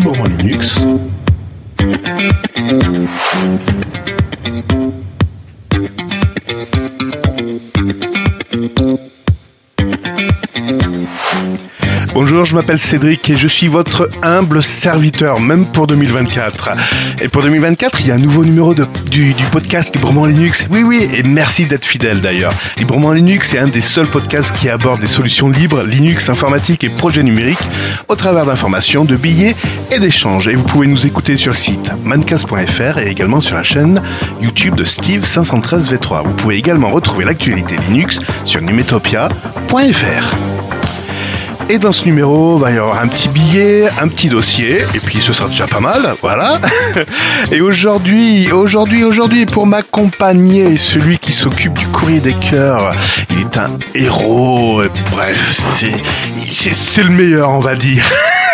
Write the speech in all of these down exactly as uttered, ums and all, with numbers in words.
Librement Linux. Bonjour, je m'appelle Cédric et je suis votre humble serviteur, même pour deux mille vingt-quatre. Et pour deux mille vingt-quatre, il y a un nouveau numéro de, du, du podcast Librement Linux. Oui, oui, et merci d'être fidèle d'ailleurs. Librement Linux est un des seuls podcasts qui aborde des solutions libres, Linux, informatique et projets numériques, au travers d'informations, de billets et d'échanges. Et vous pouvez nous écouter sur le site mancast point f r et également sur la chaîne YouTube de Steve cinq cent treize v trois. Vous pouvez également retrouver l'actualité Linux sur numetopia point f r. Et dans ce numéro, bah, il va y avoir un petit billet, un petit dossier, et puis ce sera déjà pas mal, voilà. Et aujourd'hui, aujourd'hui, aujourd'hui, pour m'accompagner, celui qui s'occupe du courrier des cœurs, il est un héros, et bref, c'est, c'est, c'est le meilleur, on va dire.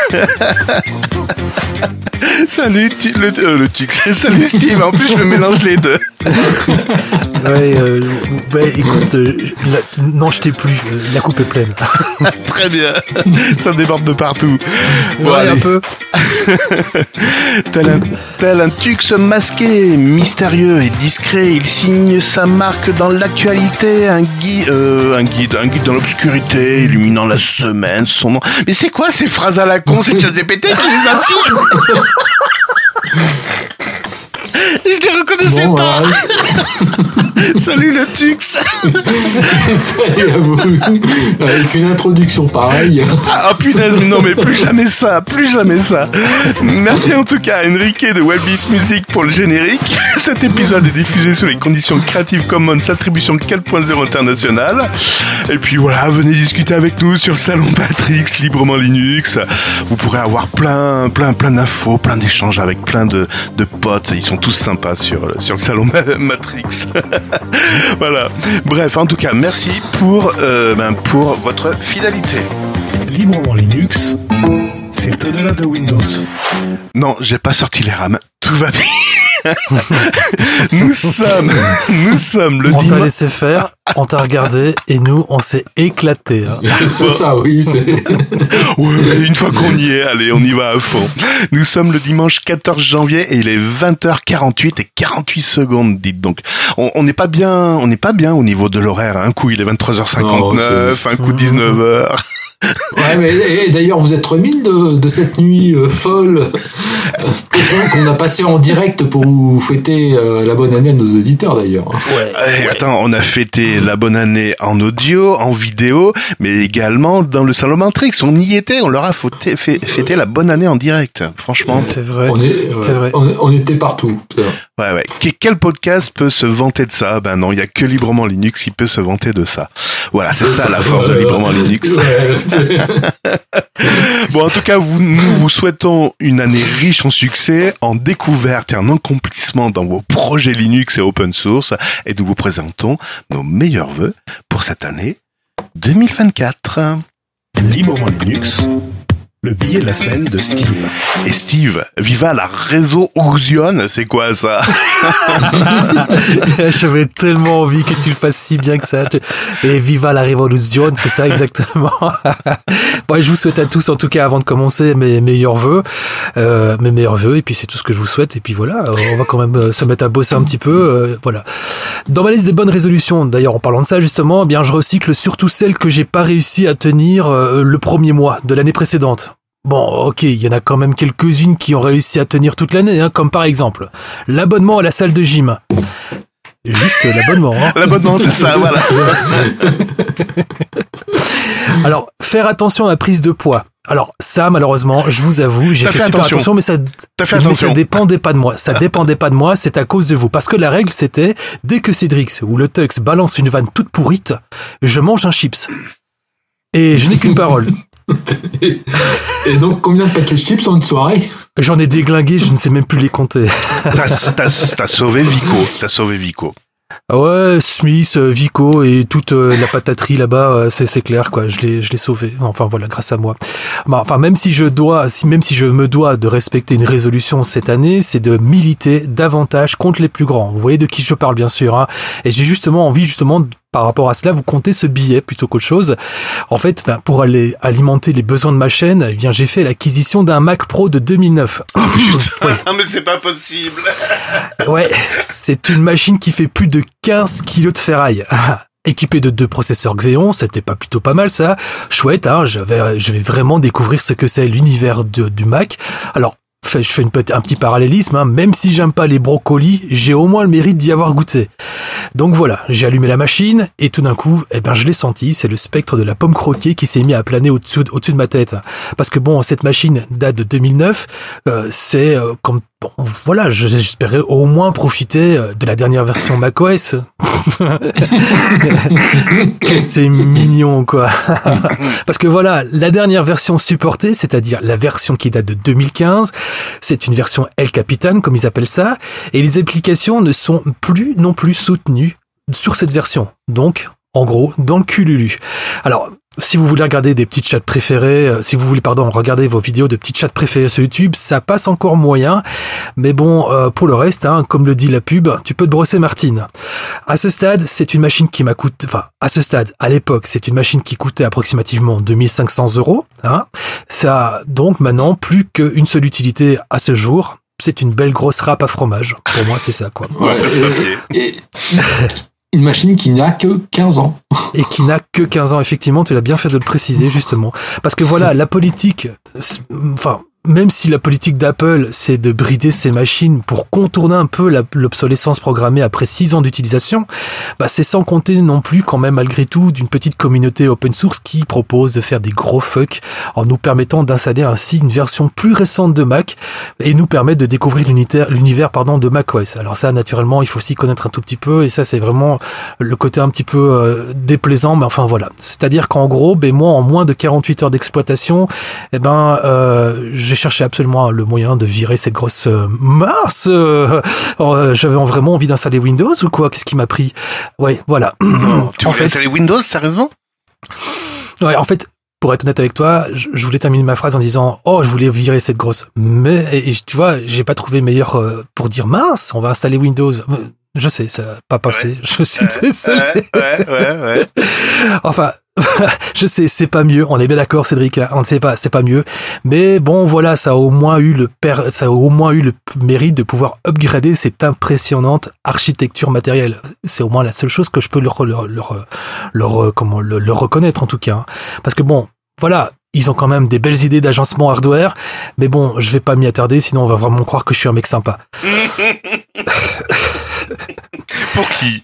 Salut, tu, le, euh, le tuc. Salut Steve, en plus je me mélange les deux. Ouais, euh, bah, écoute, euh, la, non je t'ai plus, euh, la coupe est pleine. Très bien, ça déborde de partout. Bon, ouais, allez. Un peu. tel, un, tel un tux masqué, mystérieux et discret, il signe sa marque dans l'actualité, un guide, euh, un guide, un guide dans l'obscurité, illuminant la semaine, son nom. Mais c'est quoi ces phrases à la con, c'est ChatGPT qui les affirme. Je les reconnaissais bon, pas. Ouais. Salut le Tux. Salut à vous. Avec une introduction pareille. Ah punaise, non mais plus jamais ça, plus jamais ça. Merci en tout cas à Enrique de Wellbeat Music pour le générique. Cet épisode est diffusé sous les conditions Creative Commons Attribution quatre point zéro internationale. Et puis voilà, venez discuter avec nous sur le salon Matrix, Librement Linux. Vous pourrez avoir plein, plein, plein d'infos, plein d'échanges avec plein de, de potes. Ils sont tous sympas sur, sur le salon Matrix. Voilà. Bref, en tout cas, merci pour, euh, ben, pour votre fidélité. Librement Linux, c'est au-delà de Windows. Non, j'ai pas sorti les RAM. Tout va bien. nous sommes, nous sommes le on dimanche. On t'a laissé faire, on t'a regardé et nous, on s'est éclaté. Hein. C'est bon. Ça, oui. C'est... ouais, une fois qu'on y est, allez, on y va à fond. Nous sommes le dimanche quatorze janvier et il est vingt heures quarante-huit et quarante-huit secondes, dites donc. On n'est pas bien, on n'est pas bien au niveau de l'horaire. Un coup, il est vingt-trois heures cinquante-neuf, non, un coup dix-neuf heures. Ouais, mais et d'ailleurs, vous êtes remis de, de cette nuit euh, folle euh, qu'on a passé en direct pour vous fêter euh, la bonne année à nos auditeurs, d'ailleurs. Ouais, ouais. Attends, on a fêté la bonne année en audio, en vidéo, mais également dans le salon Matrix. On y était, on leur a fêté, fêté la bonne année en direct. Franchement, c'est vrai. On, est, ouais, c'est vrai. on, on était partout. Ouais, ouais. Quel podcast peut se vanter de ça? Ben non, il y a que Librement Linux qui peut se vanter de ça. Voilà, c'est ça la force de Librement Linux. Bon, en tout cas, vous, nous vous souhaitons une année riche en succès, en découvertes et en accomplissement dans vos projets Linux et open source, et nous vous présentons nos meilleurs vœux pour cette année deux mille vingt-quatre. Librement Linux, le billet de la semaine de Steve. Et Steve, viva la résolution, c'est quoi ça? J'avais tellement envie que tu le fasses si bien que ça. Et viva la révolution, c'est ça exactement. Bon, je vous souhaite à tous, en tout cas, avant de commencer, mes meilleurs vœux, euh, mes meilleurs vœux, et puis c'est tout ce que je vous souhaite. Et puis voilà, on va quand même se mettre à bosser un petit peu. Euh, voilà. Dans ma liste des bonnes résolutions, d'ailleurs, en parlant de ça justement, eh bien, je recycle surtout celles que j'ai pas réussi à tenir euh, le premier mois de l'année précédente. Bon, ok, il y en a quand même quelques-unes qui ont réussi à tenir toute l'année, hein, comme par exemple l'abonnement à la salle de gym. Juste l'abonnement. Hein. L'abonnement, c'est ça, voilà. Alors, faire attention à la prise de poids. Alors, ça, malheureusement, je vous avoue, j'ai T'as fait, fait super attention. attention, mais ça, T'as fait mais attention. ça dépendait pas de moi. Ça dépendait pas de moi, c'est à cause de vous. Parce que la règle, c'était, dès que Cédric ou le Tux balance une vanne toute pourrite, je mange un chips. Et je n'ai qu'une parole. Et donc, combien de paquets de chips en une soirée? J'en ai déglingué, je ne sais même plus les compter. T'as, t'as, t'as sauvé Vico. T'as sauvé Vico. Ouais, Smith, Vico et toute euh, la pataterie là-bas, euh, c'est, c'est clair, quoi. Je l'ai, je l'ai sauvé. Enfin, voilà, grâce à moi. Bah, enfin, même si je dois, si, même si je me dois de respecter une résolution cette année, c'est de militer davantage contre les plus grands. Vous voyez de qui je parle, bien sûr, hein. Et j'ai justement envie, justement, par rapport à cela, vous comptez ce billet plutôt qu'autre chose. En fait, ben, pour aller alimenter les besoins de ma chaîne, eh bien, j'ai fait l'acquisition d'un Mac Pro de deux mille neuf. Oh putain, ouais. Mais c'est pas possible. Ouais, c'est une machine qui fait plus de quinze kilos de ferraille. Équipé de deux processeurs Xeon, c'était pas plutôt pas mal ça. Chouette, hein, je vais, je vais vraiment découvrir ce que c'est l'univers de, du Mac. Alors, je fais une, un petit parallélisme, hein. Même si j'aime pas les brocolis, j'ai au moins le mérite d'y avoir goûté. Donc voilà, j'ai allumé la machine et tout d'un coup, eh ben je l'ai senti, c'est le spectre de la pomme croquée qui s'est mis à planer au-dessus, au-dessus de ma tête. Parce que bon, cette machine date de deux mille neuf, euh, c'est euh, comme bon, voilà, j'espérais au moins profiter de la dernière version macOS. Que c'est mignon, quoi. Parce que voilà, la dernière version supportée, c'est-à-dire la version qui date de deux mille quinze, c'est une version El Capitan, comme ils appellent ça, et les applications ne sont plus non plus soutenues sur cette version. Donc, en gros, dans le cululu. Alors, si vous voulez regarder des petits chats préférés, euh, si vous voulez, pardon, regarder vos vidéos de petits chats préférés sur YouTube, ça passe encore moyen. Mais bon, euh, pour le reste, hein, comme le dit la pub, tu peux te brosser Martine. À ce stade, c'est une machine qui m'a coûté, enfin, à ce stade, à l'époque, c'est une machine qui coûtait approximativement deux mille cinq cents euros, hein. Ça a donc maintenant plus qu'une seule utilité à ce jour. C'est une belle grosse râpe à fromage. Pour moi, c'est ça, quoi. Ouais, et, et... Une machine qui n'a que quinze ans. Et qui n'a que quinze ans, effectivement, tu l'as bien fait de le préciser, justement. Parce que voilà, la politique, enfin, même si la politique d'Apple, c'est de brider ces machines pour contourner un peu la, l'obsolescence programmée après six ans d'utilisation, bah c'est sans compter non plus quand même malgré tout d'une petite communauté open source qui propose de faire des gros fucks en nous permettant d'installer ainsi une version plus récente de Mac et nous permettre de découvrir l'univers, l'univers pardon, de macOS. Alors ça, naturellement, il faut s'y connaître un tout petit peu et ça, c'est vraiment le côté un petit peu euh, déplaisant, mais enfin voilà. C'est-à-dire qu'en gros, ben moi, en moins de quarante-huit heures d'exploitation, eh ben, euh, j'ai cherché absolument le moyen de virer cette grosse euh, masse. Euh, euh, j'avais vraiment envie d'installer Windows ou quoi? Qu'est-ce qui m'a pris? Ouais, voilà. Non, tu voulais installer Windows, sérieusement? Ouais, en fait, pour être honnête avec toi, je, je voulais terminer ma phrase en disant « Oh, je voulais virer cette grosse... » Mais, et, et, tu vois, j'ai pas trouvé meilleur euh, pour dire « Mince, on va installer Windows. » Je sais, ça n'a pas passé. Ouais. Je suis ouais. désolé. Ouais, ouais, ouais. Enfin... je sais, c'est pas mieux. On est bien d'accord, Cédric. Hein, on ne sait pas, c'est pas mieux. Mais bon, voilà, ça a au moins eu le per... ça a au moins eu le mérite de pouvoir upgrader cette impressionnante architecture matérielle. C'est au moins la seule chose que je peux leur, leur, leur, leur comment, leur, leur reconnaître en tout cas. Hein. Parce que bon, voilà. Ils ont quand même des belles idées d'agencement hardware, mais bon, je vais pas m'y attarder, sinon on va vraiment croire que je suis un mec sympa. Pour qui?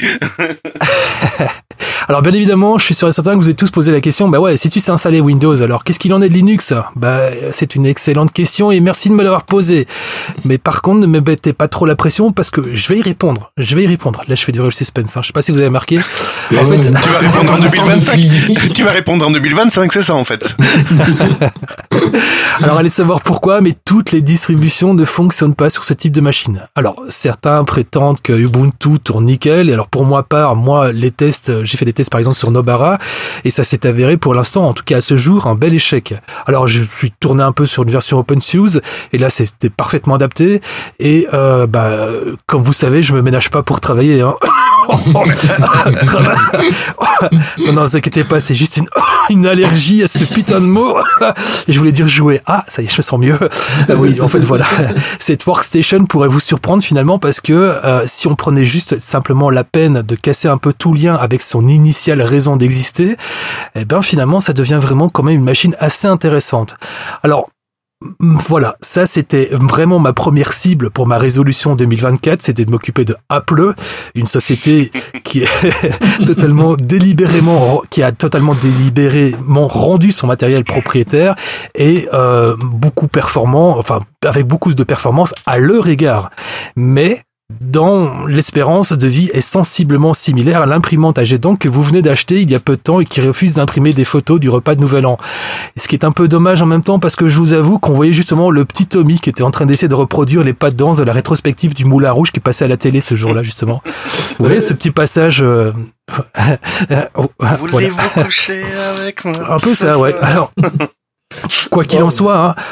Alors bien évidemment, je suis sûr et certain que vous avez tous posé la question, bah ouais, si tu sais installer Windows, alors qu'est-ce qu'il en est de Linux? Bah c'est une excellente question et merci de me l'avoir posée. Mais par contre, ne me mettez pas trop la pression parce que je vais y répondre. Je vais y répondre. Là, je fais durer le suspense. Hein. Je sais pas si vous avez marqué. En fait, tu vas répondre en deux mille vingt-cinq. Tu vas répondre en deux mille vingt-cinq, c'est ça en fait. Alors allez savoir pourquoi, mais toutes les distributions ne fonctionnent pas sur ce type de machine. Alors certains prétendent que Ubuntu tourne nickel, et alors pour moi part, moi les tests, j'ai fait des tests par exemple sur Nobara, et ça s'est avéré pour l'instant, en tout cas à ce jour, un bel échec. Alors je suis tourné un peu sur une version OpenSUSE, et là c'était parfaitement adapté, et euh, bah comme vous savez, je me ménage pas pour travailler. Hein. non, non, vous inquiétez pas, c'est juste une, une allergie à ce putain de mot. Et je voulais dire jouer. Ah, ça y est, je me sens mieux. Euh, oui, en fait, voilà. Cette workstation pourrait vous surprendre finalement parce que euh, si on prenait juste simplement la peine de casser un peu tout lien avec son initiale raison d'exister, eh ben finalement, ça devient vraiment quand même une machine assez intéressante. Alors, voilà, ça c'était vraiment ma première cible pour ma résolution deux mille vingt-quatre, c'était de m'occuper de Apple, une société qui est totalement délibérément, qui a totalement délibérément rendu son matériel propriétaire et euh, beaucoup performant, enfin avec beaucoup de performance à leur égard. Mais dans l'espérance de vie est sensiblement similaire à l'imprimante à jet d'encre que vous venez d'acheter il y a peu de temps et qui refuse d'imprimer des photos du repas de Nouvel An. Ce qui est un peu dommage en même temps parce que je vous avoue qu'on voyait justement le petit Tommy qui était en train d'essayer de reproduire les pas de danse de la rétrospective du Moulin Rouge qui passait à la télé ce jour-là justement. Vous voyez ce petit passage... Euh... Voulez-vous voilà. coucher avec moi? Un peu ça, ouais. Alors, quoi qu'il en soit... Hein,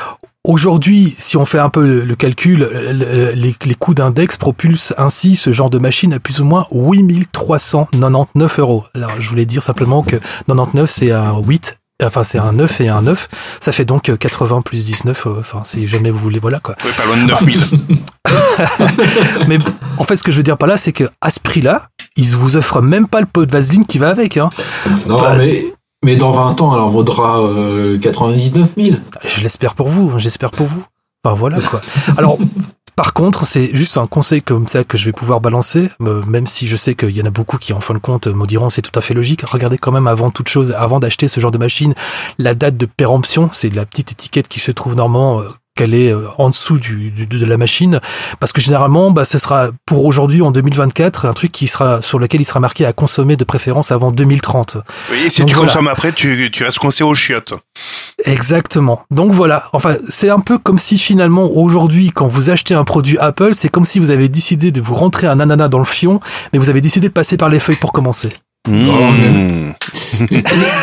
Aujourd'hui, si on fait un peu le, le calcul, le, les, les coûts d'index propulsent ainsi ce genre de machine à plus ou moins huit mille trois cent quatre-vingt-dix-neuf euros. Alors, je voulais dire simplement que quatre-vingt-dix-neuf, c'est un huit, enfin, c'est un neuf et un neuf. Ça fait donc quatre-vingts plus dix-neuf, euh, enfin, si jamais vous voulez, voilà, quoi. Oui, pas loin de neuf mille. Mais, en fait, ce que je veux dire par là, c'est que, à ce prix-là, ils vous offrent même pas le pot de vaseline qui va avec, hein. Non, bah, mais... Mais dans vingt ans, alors vaudra euh, quatre-vingt-dix-neuf mille. Je l'espère pour vous, j'espère pour vous. Enfin voilà quoi. Alors, par contre, c'est juste un conseil comme ça que je vais pouvoir balancer, euh, même si je sais qu'il y en a beaucoup qui en fin de compte me diront c'est tout à fait logique. Regardez quand même avant toute chose, avant d'acheter ce genre de machine, la date de péremption, c'est la petite étiquette qui se trouve normalement euh, qu'elle est en dessous du, du, de la machine, parce que généralement, bah, ce sera pour aujourd'hui en deux mille vingt-quatre un truc qui sera sur lequel il sera marqué à consommer de préférence avant deux mille trente. Oui, et si Donc, tu voilà. consommes après, tu, tu restes coincé aux chiottes. Exactement. Donc voilà. Enfin, c'est un peu comme si finalement aujourd'hui, quand vous achetez un produit Apple, c'est comme si vous avez décidé de vous rentrer un ananas dans le fion, mais vous avez décidé de passer par les feuilles pour commencer. Mmh. Oh, mais...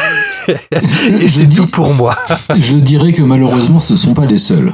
Et c'est dis, tout pour moi. Je dirais que malheureusement, ce ne sont pas les seuls.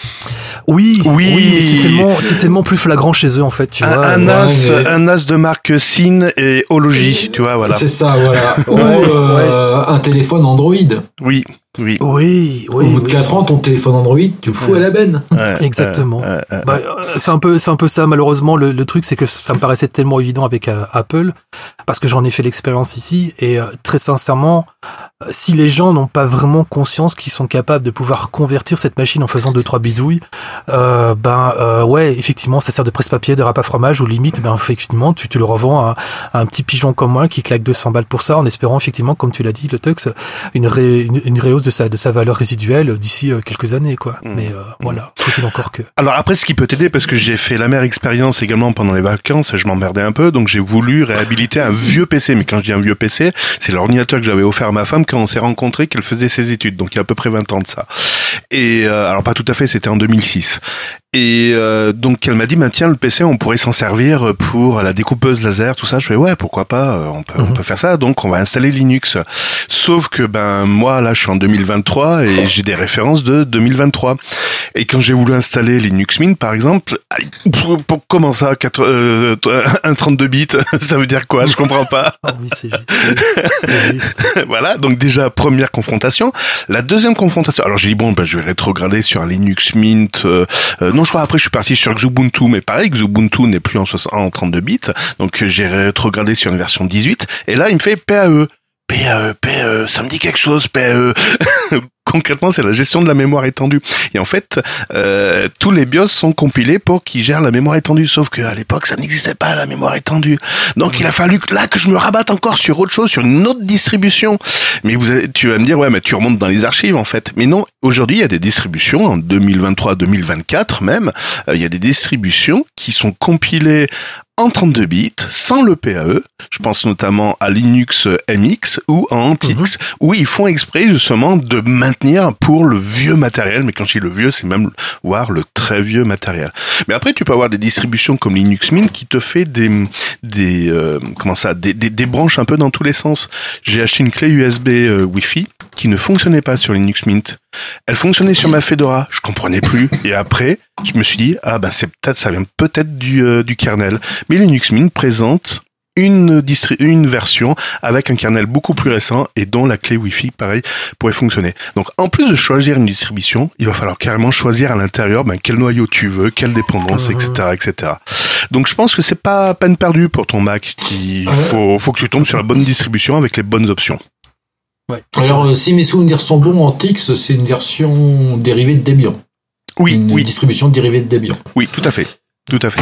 Oui, oui, oui, mais c'est tellement, c'est tellement plus flagrant chez eux en fait, tu un, vois. Un, ouais, as, mais... un as de marque Syn et Ology, tu vois, voilà. C'est ça, voilà. Ou euh, ouais. un téléphone Android. Oui. Oui. Oui, oui. Au bout de oui. quatre ans, ton téléphone Android, tu le fous ouais. à la benne. Ouais, Exactement. Euh, euh, bah, c'est un peu, c'est un peu ça. Malheureusement, le, le truc, c'est que ça me paraissait tellement évident avec euh, Apple, parce que j'en ai fait l'expérience ici, et euh, très sincèrement, euh, si les gens n'ont pas vraiment conscience qu'ils sont capables de pouvoir convertir cette machine en faisant deux trois bidouilles, euh, ben euh, ouais, effectivement, ça sert de presse-papier, de râpe à fromage, ou limite, ben effectivement, tu te le revends à, à un petit pigeon comme moi qui claque deux cents balles pour ça, en espérant effectivement, comme tu l'as dit, le Tux, une, ré, une, une réhausse de sa, de sa valeur résiduelle d'ici euh, quelques années, quoi. Mmh. Mais euh, mmh. voilà, faut-il encore que... Alors après, ce qui peut t'aider, parce que j'ai fait la même expérience également pendant les vacances, je m'emmerdais un peu, donc j'ai voulu réhabiliter un vieux P C. Mais quand je dis un vieux P C, c'est l'ordinateur que j'avais offert à ma femme quand on s'est rencontrés, qu'elle faisait ses études, donc il y a à peu près vingt ans de ça. Et euh, alors pas tout à fait, c'était en deux mille six. Et euh, donc elle m'a dit, bah, tiens, le P C, on pourrait s'en servir pour la découpeuse laser, tout ça. Je fais ouais, pourquoi pas, on peut, mmh. on peut faire ça. Donc on va installer Linux. Sauf que ben moi là, je suis en deux mille vingt-trois et j'ai des références de deux mille vingt-trois. Et quand j'ai voulu installer Linux Mint, par exemple, pour, pour comment ça, quatre, euh, un trente-deux bits, ça veut dire quoi? Je comprends pas. Oh oui, c'est juste. C'est juste. Voilà, donc déjà première confrontation. La deuxième confrontation. Alors j'ai dit bon, ben je vais rétrograder sur un Linux Mint. Euh, euh, non, je crois après je suis parti sur Xubuntu, mais pareil, Xubuntu n'est plus en, en trente-deux bits, donc j'ai rétrogradé sur une version dix-huit. Et là, il me fait P A E. P A E, P A E, ça me dit quelque chose, P A E. Concrètement, c'est la gestion de la mémoire étendue. Et en fait, euh, tous les BIOS sont compilés pour qu'ils gèrent la mémoire étendue. Sauf qu'à l'époque, ça n'existait pas, la mémoire étendue. Donc, il a fallu que, là que je me rabatte encore sur autre chose, sur une autre distribution. Mais vous avez, tu vas me dire, ouais, mais tu remontes dans les archives, en fait. Mais non, aujourd'hui, il y a des distributions, en deux mille vingt-trois, deux mille vingt-quatre même, euh, il y a des distributions qui sont compilées en trente-deux bits, sans le P A E. Je pense notamment à Linux M X ou à Antix, mmh. où ils font exprès justement de maintenir pour le vieux matériel. Mais quand je dis le vieux, c'est même voir le très vieux matériel. Mais après, tu peux avoir des distributions comme Linux Mint qui te fait des des euh, comment ça, des, des des branches un peu dans tous les sens. J'ai acheté une clé U S B euh, Wi-Fi qui ne fonctionnait pas sur Linux Mint. Elle fonctionnait sur ma Fedora, je comprenais plus. Et après, je me suis dit ah ben c'est peut-être ça vient peut-être du euh, du kernel. Mais Linux Mint présente une distri- une version avec un kernel beaucoup plus récent et dont la clé Wi-Fi pareil pourrait fonctionner. Donc en plus de choisir une distribution, il va falloir carrément choisir à l'intérieur ben quel noyau tu veux, quelle dépendance, mmh. et cetera, et cetera. Donc je pense que c'est pas peine perdue pour ton Mac. Il faut faut que tu tombes sur la bonne distribution avec les bonnes options. Ouais. Alors, euh, si mes souvenirs sont bons, Antix, c'est une version dérivée de Debian. Oui, une oui. distribution dérivée de Debian. Oui, tout à fait. Tout à fait.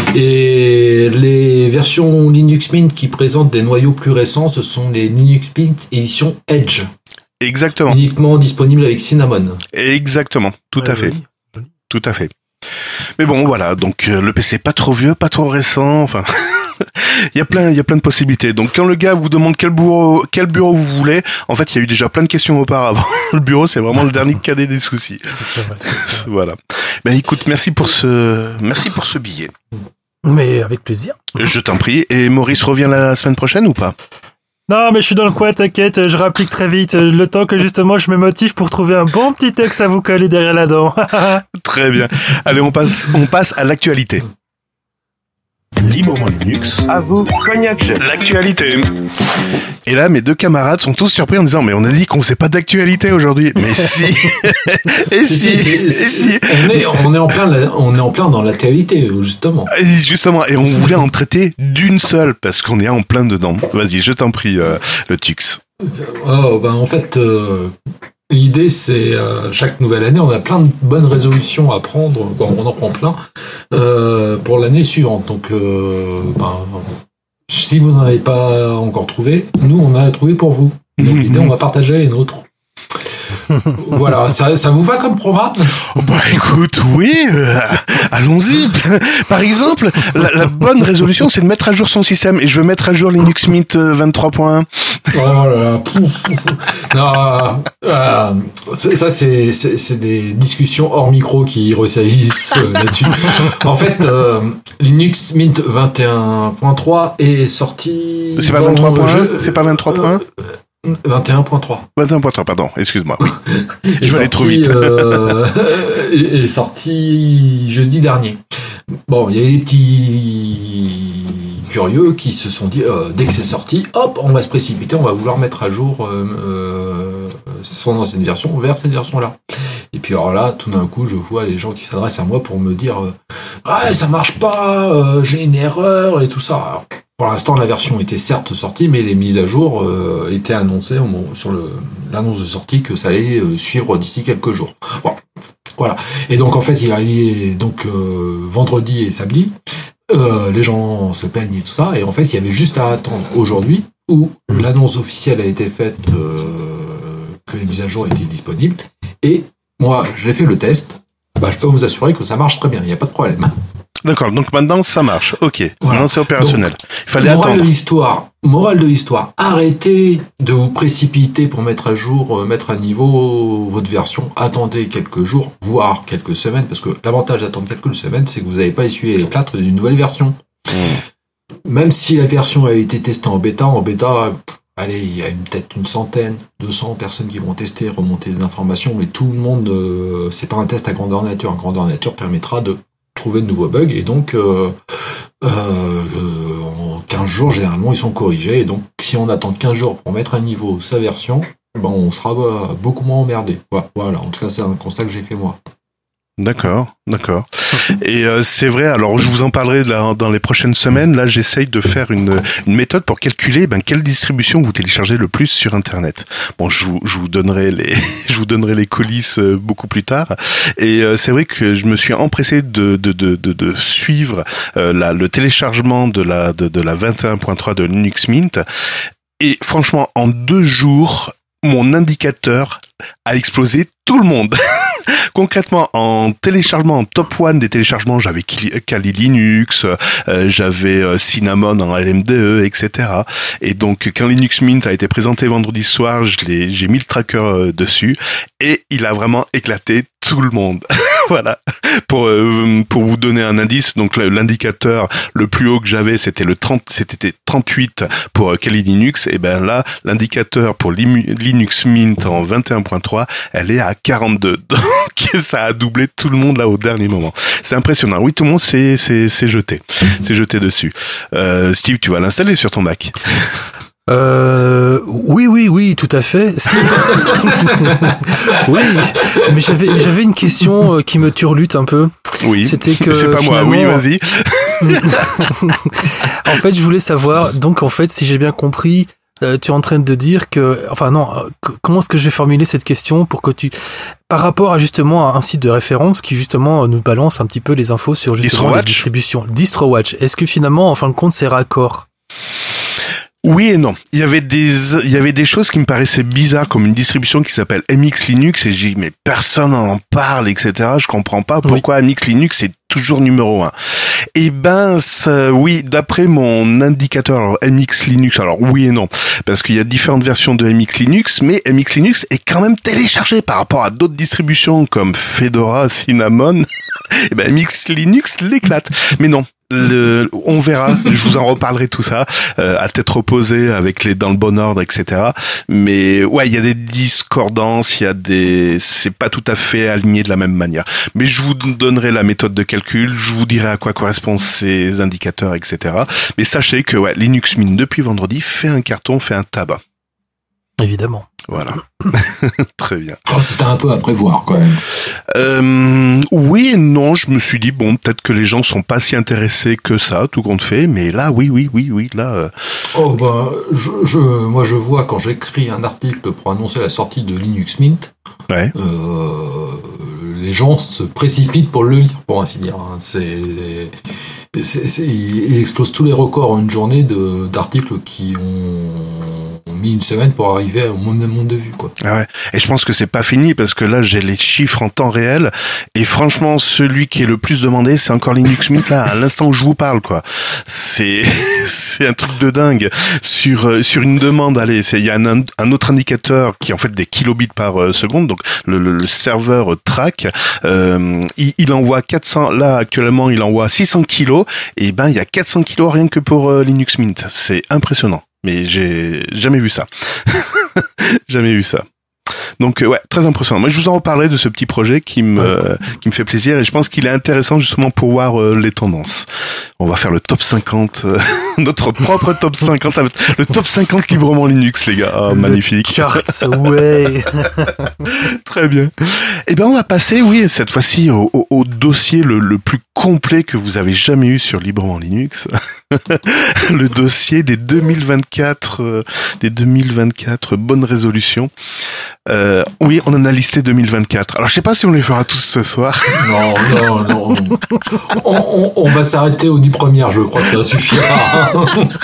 Et les versions Linux Mint qui présentent des noyaux plus récents, ce sont les Linux Mint édition Edge. Exactement. Uniquement disponibles avec Cinnamon. Exactement. Tout ouais, à fait. Oui. Tout à fait. Mais bon, voilà. Donc, euh, le P C pas trop vieux, pas trop récent. Enfin... il y a plein, il y a plein de possibilités. Donc, quand le gars vous demande quel bureau, quel bureau vous voulez, en fait, il y a eu déjà plein de questions auparavant. Le bureau, c'est vraiment le dernier cadet des soucis. C'est vrai, c'est vrai. Voilà. Ben, écoute, merci pour ce, merci pour ce billet. Mais avec plaisir. Je t'en prie. Et Maurice revient la semaine prochaine ou pas? Non, mais je suis dans le coin, t'inquiète, je réapplique très vite. Le temps que justement je me motive pour trouver un bon petit texte à vous coller derrière la dent. Très bien. Allez, on passe, on passe à l'actualité. Librement Linux. À vous, Cognac, l'actualité. Et là, mes deux camarades sont tous surpris en disant, mais on a dit qu'on faisait pas d'actualité aujourd'hui. Mais si. Et si. Et si. On est, on est en plein, on est en plein dans l'actualité, justement. Et justement. Et on voulait en traiter d'une seule parce qu'on est en plein dedans. Vas-y, je t'en prie, euh, le Tux. Oh, ben, en fait, euh, l'idée, c'est euh, chaque nouvelle année, on a plein de bonnes résolutions à prendre, on en prend plein, euh, pour l'année suivante. Donc, euh, ben, si vous n'en avez pas encore trouvé, nous, on a trouvé pour vous. Donc, l'idée, on va partager les nôtres. Voilà, ça, ça vous va comme programme ? Bah écoute, oui, euh, allons-y. Par exemple, la, la bonne résolution, c'est de mettre à jour son système. Et je veux mettre à jour Linux Mint vingt-trois point un. Oh là là. Pouf, pouf, pouf. Non, euh, ça, c'est, c'est, c'est des discussions hors micro qui ressaillissent euh, là-dessus. En fait, euh, Linux Mint vingt et un point trois est sorti... C'est pas vingt-trois point un je... C'est pas vingt-trois point un euh, vingt et un point trois. vingt et un point trois, pardon, excuse-moi. Oui. Je vais aller trop sorti, vite. euh, est, est sorti jeudi dernier. Bon, il y a des petits curieux qui se sont dit, euh, dès que c'est sorti, hop, on va se précipiter, on va vouloir mettre à jour euh, euh, son ancienne version vers cette version-là. Et puis alors là, tout d'un coup, je vois les gens qui s'adressent à moi pour me dire, euh, ah, ça marche pas, euh, j'ai une erreur et tout ça. Alors, pour l'instant, la version était certes sortie, mais les mises à jour euh, étaient annoncées au moment, sur le, l'annonce de sortie que ça allait euh, suivre d'ici quelques jours. Bon, voilà. Et donc, en fait, il arrivait donc euh, vendredi et samedi. Euh, les gens se plaignent et tout ça. Et en fait, il y avait juste à attendre aujourd'hui où l'annonce officielle a été faite euh, que les mises à jour étaient disponibles. Et moi, j'ai fait le test. Bah, je peux vous assurer que ça marche très bien. Il n'y a pas de problème. D'accord, donc maintenant ça marche, ok, voilà. Maintenant c'est opérationnel. Donc, il fallait morale attendre. De l'histoire, morale de l'histoire, arrêtez de vous précipiter pour mettre à jour, euh, mettre à niveau votre version, attendez quelques jours, voire quelques semaines, parce que l'avantage d'attendre quelques semaines, c'est que vous n'avez pas essuyé les plâtres d'une nouvelle version. Mmh. Même si la version a été testée en bêta, en bêta, pff, allez, il y a une, peut-être une centaine, deux cents personnes qui vont tester, remonter des informations, mais tout le monde, euh, c'est pas un test à grandeur nature, un grandeur nature permettra de trouver de nouveaux bugs et donc euh, euh, euh, en quinze jours généralement ils sont corrigés et donc si on attend quinze jours pour mettre à niveau sa version, ben on sera bah, beaucoup moins emmerdé. Voilà, en tout cas c'est un constat que j'ai fait moi. D'accord, d'accord. Et euh, c'est vrai, alors je vous en parlerai là, dans les prochaines semaines. Là, j'essaye de faire une, une méthode pour calculer ben, quelle distribution vous téléchargez le plus sur Internet. Bon, je vous, je vous donnerai les, je vous donnerai les coulisses euh, beaucoup plus tard. Et euh, c'est vrai que je me suis empressé de, de, de, de, de suivre euh, la, le téléchargement de la, de, de la vingt et un point trois de Linux Mint. Et franchement, en deux jours, mon indicateur a explosé tout le monde. Concrètement, en téléchargement, en top one des téléchargements, j'avais Kali Linux, euh, j'avais euh, Cinnamon en L M D E, et cetera. Et donc, quand Linux Mint a été présenté vendredi soir, je l'ai, j'ai mis le tracker euh, dessus et il a vraiment éclaté tout le monde. Voilà. Pour euh, pour vous donner un indice, donc l'indicateur le plus haut que j'avais, c'était le trente, c'était trente-huit pour euh, Kali Linux. Et ben là, l'indicateur pour Linux Mint en vingt et un point trois, elle est à quarante-deux. Donc ça a doublé tout le monde là au dernier moment. C'est impressionnant. Oui, tout le monde s'est s'est, s'est jeté, s'est jeté dessus. Euh, Steve, tu vas l'installer sur ton Mac. Euh, oui, oui, oui, tout à fait. Si. Oui, mais j'avais, j'avais une question qui me turlute un peu. Oui. C'était que. C'est pas moi. Oui, vas-y. En fait, je voulais savoir. Donc, en fait, si j'ai bien compris, euh, tu es en train de dire que. Enfin, non. Que, comment est-ce que je vais formuler cette question pour que tu. Par rapport à justement à un site de référence qui justement nous balance un petit peu les infos sur justement les distributions. DistroWatch. Est-ce que finalement, en fin de compte, c'est raccord? Oui et non. Il y avait des, il y avait des choses qui me paraissaient bizarres, comme une distribution qui s'appelle M X Linux, et j'ai dit, mais personne n'en parle, et cetera. Je comprends pas pourquoi oui. M X Linux est toujours numéro un. Eh ben, ça, oui, d'après mon indicateur, alors M X Linux, alors oui et non, parce qu'il y a différentes versions de M X Linux, mais M X Linux est quand même téléchargé par rapport à d'autres distributions comme Fedora, Cinnamon. Eh ben, M X Linux l'éclate. Mais non. le, on verra. Je vous en reparlerai tout ça euh, à tête reposée avec les dans le bon ordre, et cetera. Mais ouais, il y a des discordances, il y a des, c'est pas tout à fait aligné de la même manière. Mais je vous donnerai la méthode de calcul, je vous dirai à quoi correspondent ces indicateurs, et cetera. Mais sachez que ouais, Linux Mint depuis vendredi fait un carton, fait un tabac. Évidemment. Voilà. Très bien. Oh, c'était un peu à prévoir quand même. Euh, oui et non, je me suis dit, bon, peut-être que les gens sont pas si intéressés que ça, tout compte fait, mais là, oui, oui, oui, oui, là... Euh... Oh, bah, je, je, moi je vois quand j'écris un article pour annoncer la sortie de Linux Mint, ouais. euh, les gens se précipitent pour le lire, pour ainsi dire. C'est... C'est, c'est, il explose tous les records en une journée de, d'articles qui ont mis une semaine pour arriver au même nombre de vues, quoi. Ah ouais. Et je pense que c'est pas fini parce que là j'ai les chiffres en temps réel et franchement celui qui est le plus demandé c'est encore Linux Mint là à l'instant où je vous parle, quoi. C'est c'est un truc de dingue sur sur une demande. Allez, c'est il y a un, un autre indicateur qui est en fait des kilobits par seconde, donc le, le, le serveur track. Euh, il, il envoie quatre cents. Là actuellement il envoie six cents kilos. Et ben il y a quatre cents kilos rien que pour euh, Linux Mint. C'est impressionnant. Mais j'ai jamais vu ça. Jamais vu ça. Donc euh, ouais, très impressionnant. Moi je vous en reparlerai de ce petit projet qui me euh, qui me fait plaisir et je pense qu'il est intéressant justement pour voir euh, les tendances. On va faire le top cinquante, euh, notre propre top cinquante, ça va être le top cinquante librement Linux, les gars. Oh, magnifique. Charts, ouais. Très bien. Eh ben on va passer, oui, cette fois-ci au, au, au dossier le, le plus complet que vous avez jamais eu sur librement Linux. Le dossier des deux mille vingt-quatre, euh, des deux mille vingt-quatre bonnes résolutions. Euh, oui, on en a listé deux mille vingt-quatre. Alors, je sais pas si on les fera tous ce soir. Non, non, non. On, on, on va s'arrêter aux dix premières, je crois que ça suffira.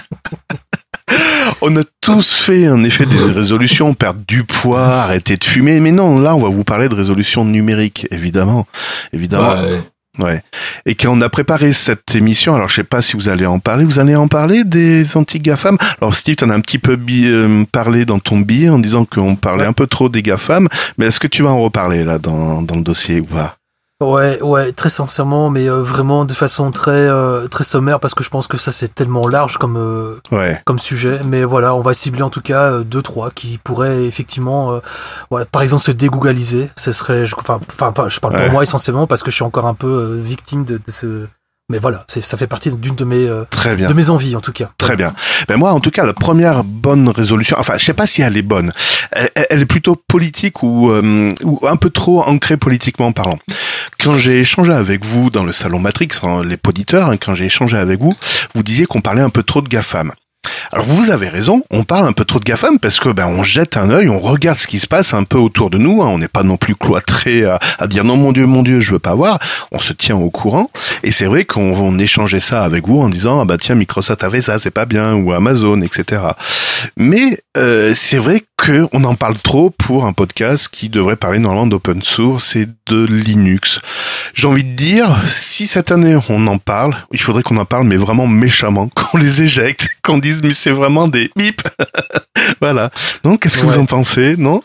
On a tous fait, en effet, des résolutions, perdre du poids, arrêter de fumer. Mais non, là, on va vous parler de résolutions numériques, évidemment. Évidemment. Ouais. Ouais. Et quand on a préparé cette émission, alors je sais pas si vous allez en parler, vous allez en parler des anti-GAFAM. Alors Steve, t'en as un petit peu bi- euh, parlé dans ton billet en disant qu'on parlait ouais. un peu trop des GAFAM, mais est-ce que tu vas en reparler là dans, dans le dossier ou pas ? Ouais, ouais, très sincèrement, mais euh, vraiment de façon très euh, très sommaire parce que je pense que ça c'est tellement large comme euh, ouais. comme sujet. Mais voilà, on va cibler en tout cas euh, deux trois qui pourraient effectivement, euh, voilà, par exemple se dégoogaliser. Ce serait, enfin, enfin, je parle ouais. pour moi essentiellement parce que je suis encore un peu euh, victime de, de ce. Mais voilà, c'est, ça fait partie d'une de mes euh, Très bien. de mes envies en tout cas. Très bien. Ben moi, en tout cas, la première bonne résolution, enfin, je sais pas si elle est bonne. Elle, elle est plutôt politique ou euh, ou un peu trop ancrée politiquement parlant. Quand j'ai échangé avec vous dans le salon Matrix, hein, les poditeurs, hein, quand j'ai échangé avec vous, vous disiez qu'on parlait un peu trop de GAFAM. Alors vous avez raison, on parle un peu trop de GAFAM parce que ben on jette un œil, on regarde ce qui se passe un peu autour de nous, hein, on n'est pas non plus cloîtré à, à dire non mon Dieu, mon Dieu, je veux pas voir, on se tient au courant et c'est vrai qu'on on échangeait ça avec vous en disant ah bah tiens Microsoft avait ça, c'est pas bien, ou Amazon, et cetera. Mais euh, c'est vrai qu'on en parle trop pour un podcast qui devrait parler normalement d'open source et de Linux. J'ai envie de dire, si cette année on en parle, il faudrait qu'on en parle mais vraiment méchamment, qu'on les éjecte, qu'on dise mais c'est vraiment des bip. Voilà. Donc, qu'est-ce que ouais. vous en pensez, non?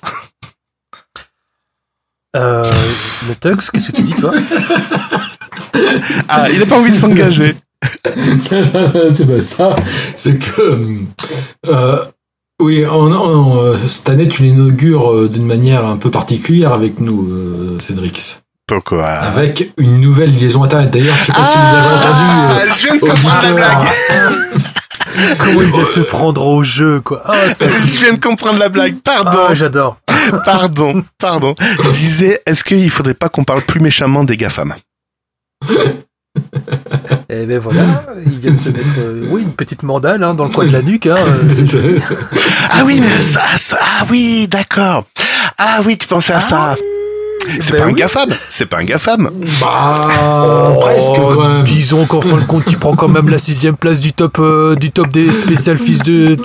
Euh, le Tux, qu'est-ce que tu dis, toi? Ah, il n'a pas envie de s'engager. C'est pas ça. C'est que, euh, oui, on, on, cette année, tu l'inaugures d'une manière un peu particulière avec nous, euh, Cédrix. Pourquoi? Avec une nouvelle liaison Internet. D'ailleurs, je sais pas ah, si vous avez entendu. Euh, je viens de comprendre la blague. Comment il vient te prendre au jeu, quoi. Oh, je viens de comprendre la blague, pardon. Oh, j'adore. Pardon, pardon. Je disais, est-ce qu'il faudrait pas qu'on parle plus méchamment des GAFAM? Eh ben voilà, il vient de se mettre euh, oui, une petite mandale hein, dans le coin de la nuque. Hein, euh, ah oui, mais ça, ça, ah oui, d'accord. Ah oui, tu pensais à ah, ça. C'est ben pas oui. un GAFAM, c'est pas un GAFAM. Bah, oh, presque quand même. Disons qu'en fin de compte, il prend quand même la sixième place du top, euh, du top des spécial fils de.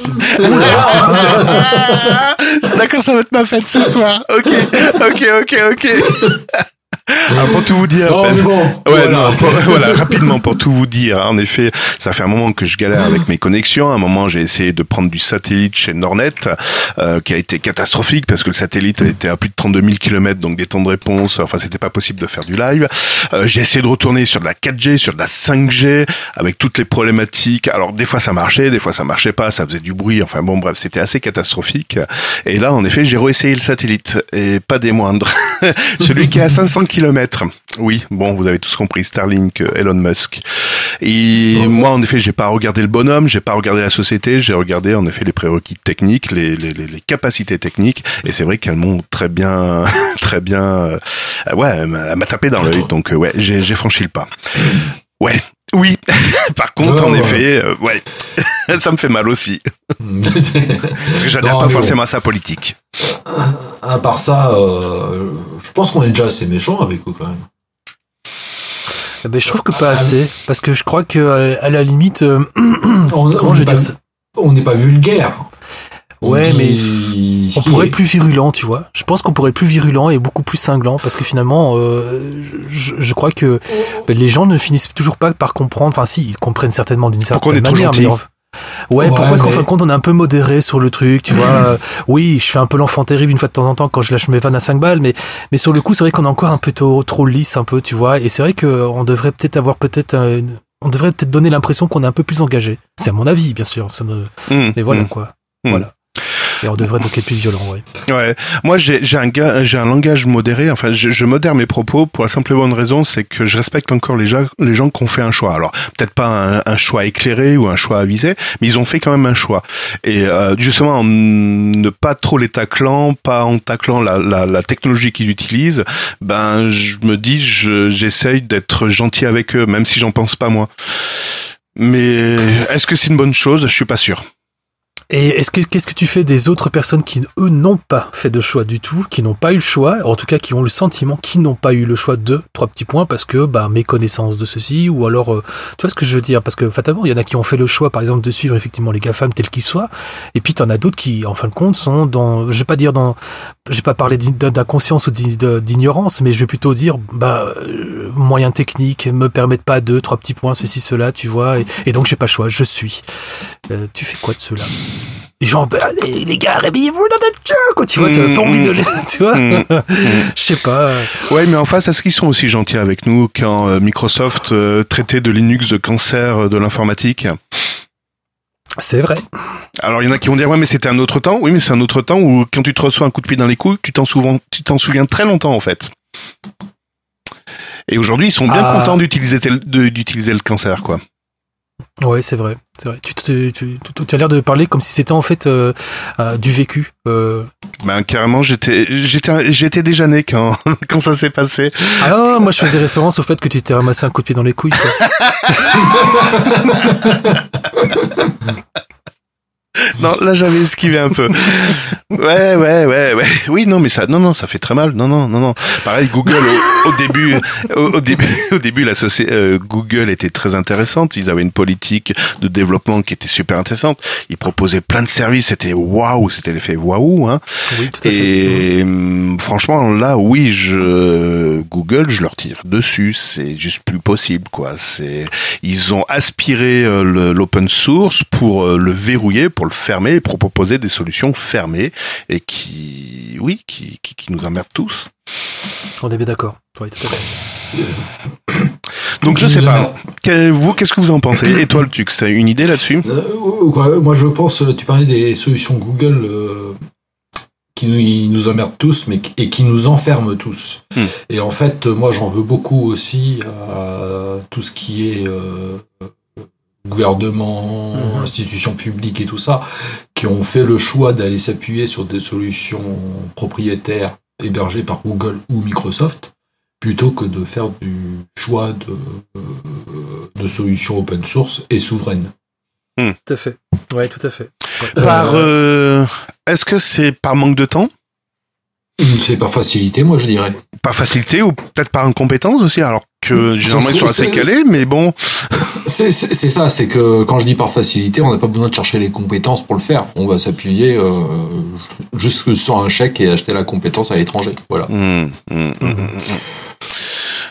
D'accord, ça va être ma fête ce soir. Ok, ok, ok, ok. Alors, pour tout vous dire, Non, ben, mais bon, ouais, voilà. non, pour- voilà, rapidement pour tout vous dire. En effet, ça fait un moment que je galère avec mes connexions. À un moment, j'ai essayé de prendre du satellite chez Nornet, euh, qui a été catastrophique parce que le satellite était à plus de trente-deux mille kilomètres, donc des temps de réponse. Enfin, c'était pas possible de faire du live. Euh, j'ai essayé de retourner sur de la quatre G, sur de la cinq G, avec toutes les problématiques. Alors, des fois ça marchait, des fois ça marchait pas, ça faisait du bruit. Enfin bon, bref, c'était assez catastrophique. Et là, en effet, j'ai réessayé le satellite et pas des moindres. Celui qui est à cinq cents kilomètres. Oui, bon, vous avez tous compris, Starlink, Elon Musk. Et Oh. moi, en effet, j'ai pas regardé le bonhomme, j'ai pas regardé la société, j'ai regardé en effet les prérequis techniques, les, les, les, les capacités techniques. Et c'est vrai qu'elles m'ont très bien, très bien, euh, ouais, elle m'a elle m'a tapé dans l'œil. Donc euh, ouais, j'ai, j'ai franchi le pas. Ouais. Oui. Par contre, Oh, en ouais. effet, euh, ouais, ça me fait mal aussi parce que j'adhère Non, pas mais forcément à sa politique. À part ça, euh, je pense qu'on est déjà assez méchant avec eux quand même. Ben, je trouve que pas assez, parce que je crois que euh, à la limite, euh, On, comment on je n'est vais pas, dire ça on n'est pas vulgaire. On Ouais, dit ce on qui pourrait est. être plus virulent, tu vois. Je pense qu'on pourrait être plus virulent et beaucoup plus cinglant, parce que finalement, euh, je, je crois que ben, les gens ne finissent toujours pas par comprendre. Enfin, si, ils comprennent certainement d'une Pourquoi on certaine est trop manière, mais gentil. ouais, Ouais, pourquoi est-ce qu'en mais- fin de compte on est un peu modéré sur le truc, tu vois. euh, Oui, je fais un peu l'enfant terrible une fois de temps en temps quand je lâche mes vannes à cinq balles, mais mais sur le coup, c'est vrai qu'on est encore un peu trop, trop lisse un peu, tu vois. Et c'est vrai que on devrait peut-être avoir peut-être un- une- on devrait peut-être donner l'impression qu'on est un peu plus engagé. C'est à mon avis, bien sûr. Ça me... Mmh, Mais voilà mmh. quoi. Mmh. Voilà. Et on devrait donc être plus violent, ouais. Ouais, moi j'ai j'ai un gars, j'ai un langage modéré. Enfin, je, je modère mes propos pour la simple et bonne raison, c'est que je respecte encore les gens, les gens qui ont fait un choix. Alors peut-être pas un, un choix éclairé ou un choix avisé, mais ils ont fait quand même un choix. Et euh, justement, en ne pas trop les taclant, pas en taclant la, la, la technologie qu'ils utilisent, ben je me dis, je, j'essaye d'être gentil avec eux, même si j'en pense pas moi. Mais est-ce que c'est une bonne chose? Je suis pas sûr. Et est-ce que, qu'est-ce que tu fais des autres personnes qui, eux, n'ont pas fait de choix du tout, qui n'ont pas eu le choix, en tout cas qui ont le sentiment qu'ils n'ont pas eu le choix de trois petits points parce que, bah, méconnaissance de ceci, ou alors, euh, tu vois ce que je veux dire? Parce que, fatalement, il y en a qui ont fait le choix, par exemple, de suivre effectivement les GAFAM tels qu'ils soient, et puis t'en as d'autres qui, en fin de compte, sont dans, je vais pas dire dans, je vais pas parler d'inconscience ou d'ignorance, mais je vais plutôt dire, bah, euh, moyens techniques me permettent pas de, trois petits points, ceci, cela, tu vois, et, et donc j'ai pas le choix, je suis. Euh, tu fais quoi de cela? Genre, bah, les, les gars, réveillez-vous dans notre jeu, quoi, tu vois, t'as pas envie de les, tu vois, Mmh. je sais pas. Ouais, mais en face, est-ce qu'ils sont aussi gentils avec nous quand euh, Microsoft euh, traitait de Linux de cancer euh, de l'informatique? C'est vrai. Alors, il y en a qui vont dire, ouais, mais c'était un autre temps. Oui, mais c'est un autre temps où quand tu te reçois un coup de pied dans les couilles, tu t'en souviens, tu t'en souviens très longtemps, en fait. Et aujourd'hui, ils sont bien Ah. contents d'utiliser, tel- de- d'utiliser le cancer, quoi. Ouais, c'est vrai, c'est vrai. Tu, tu, tu, tu- tu as l'air de parler comme si c'était en fait euh, euh, du vécu. Euh... Ben, carrément, j'étais, j'étais, j'étais déjà né quand, quand ça s'est passé. Ah non, moi je faisais référence au fait que tu t'es ramassé un coup de pied dans les couilles. Quoi. Non, là, j'avais esquivé un peu. Ouais, ouais, ouais, ouais. Oui, non, mais ça, non, non, ça fait très mal. Non, non, non, non. Pareil, Google, au, au début, au, au début, au début, la société, euh, Google était très intéressante. Ils avaient une politique de développement qui était super intéressante. Ils proposaient plein de services. C'était waouh, c'était l'effet waouh, hein. Oui, tout à fait. Et hum, franchement, là, oui, je Google, je leur tire dessus. C'est juste plus possible, quoi. C'est, ils ont aspiré euh, le- l'open source pour euh, le verrouiller, pour le fermer, et pour proposer des solutions fermées et qui, oui, qui, qui, qui nous emmerdent tous. On est bien d'accord. Oui, tout à fait. Donc je sais pas. Quel- vous, qu'est-ce que vous en pensez? Et toi, le Tux, t'as une idée là-dessus? Euh, quoi, moi, je pense, tu parlais des solutions Google euh, qui nous, ils nous emmerdent tous, mais qui- et qui nous enferment tous. Hmm. Et en fait, moi, j'en veux beaucoup aussi à tout ce qui est euh, gouvernement, Mhm. institutions publiques et tout ça, qui ont fait le choix d'aller s'appuyer sur des solutions propriétaires hébergées par Google ou Microsoft, plutôt que de faire du choix de, euh, de solutions open source et souveraines. Tout à fait. Ouais, tout à fait. Par, euh, est-ce que c'est par manque de temps? C'est par facilité, moi je dirais. Par facilité ou peut-être par incompétence aussi? Alors que généralement ils sont assez c'est- calés, mais bon. C'est c'est- c'est ça, c'est que quand je dis par facilité, on n'a pas besoin de chercher les compétences pour le faire. On va s'appuyer euh, juste sur un chèque et acheter la compétence à l'étranger. Voilà. Hum, hum, hum, hum, hum.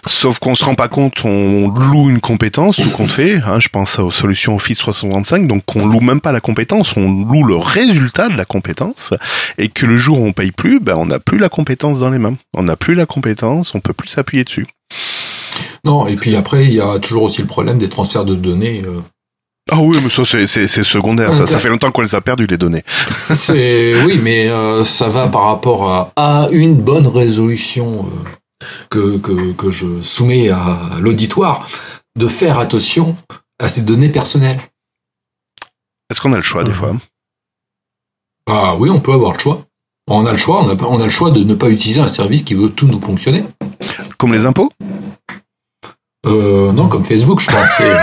Sauf qu'on se rend pas compte, on loue une compétence, tout compte fait, hein, je pense aux solutions Office trois cent soixante-cinq, donc on loue même pas la compétence, on loue le résultat de la compétence, et que le jour où on paye plus, ben on n'a plus la compétence dans les mains. On n'a plus la compétence, on peut plus s'appuyer dessus. Non, et puis après, il y a toujours aussi le problème des transferts de données. Euh... Ah oui, mais ça c'est, c'est, c'est secondaire, ça, ça fait longtemps qu'on les a perdus, les données. C'est, oui, mais euh, ça va par rapport à, à une bonne résolution euh, que, que, que je soumets à l'auditoire, de faire attention à ces données personnelles. Est-ce qu'on a le choix des fois ? Ah oui, on peut avoir le choix. On a le choix, on a, on a le choix de ne pas utiliser un service qui veut tout nous fonctionner. Comme les impôts ? Euh, non, comme Facebook, je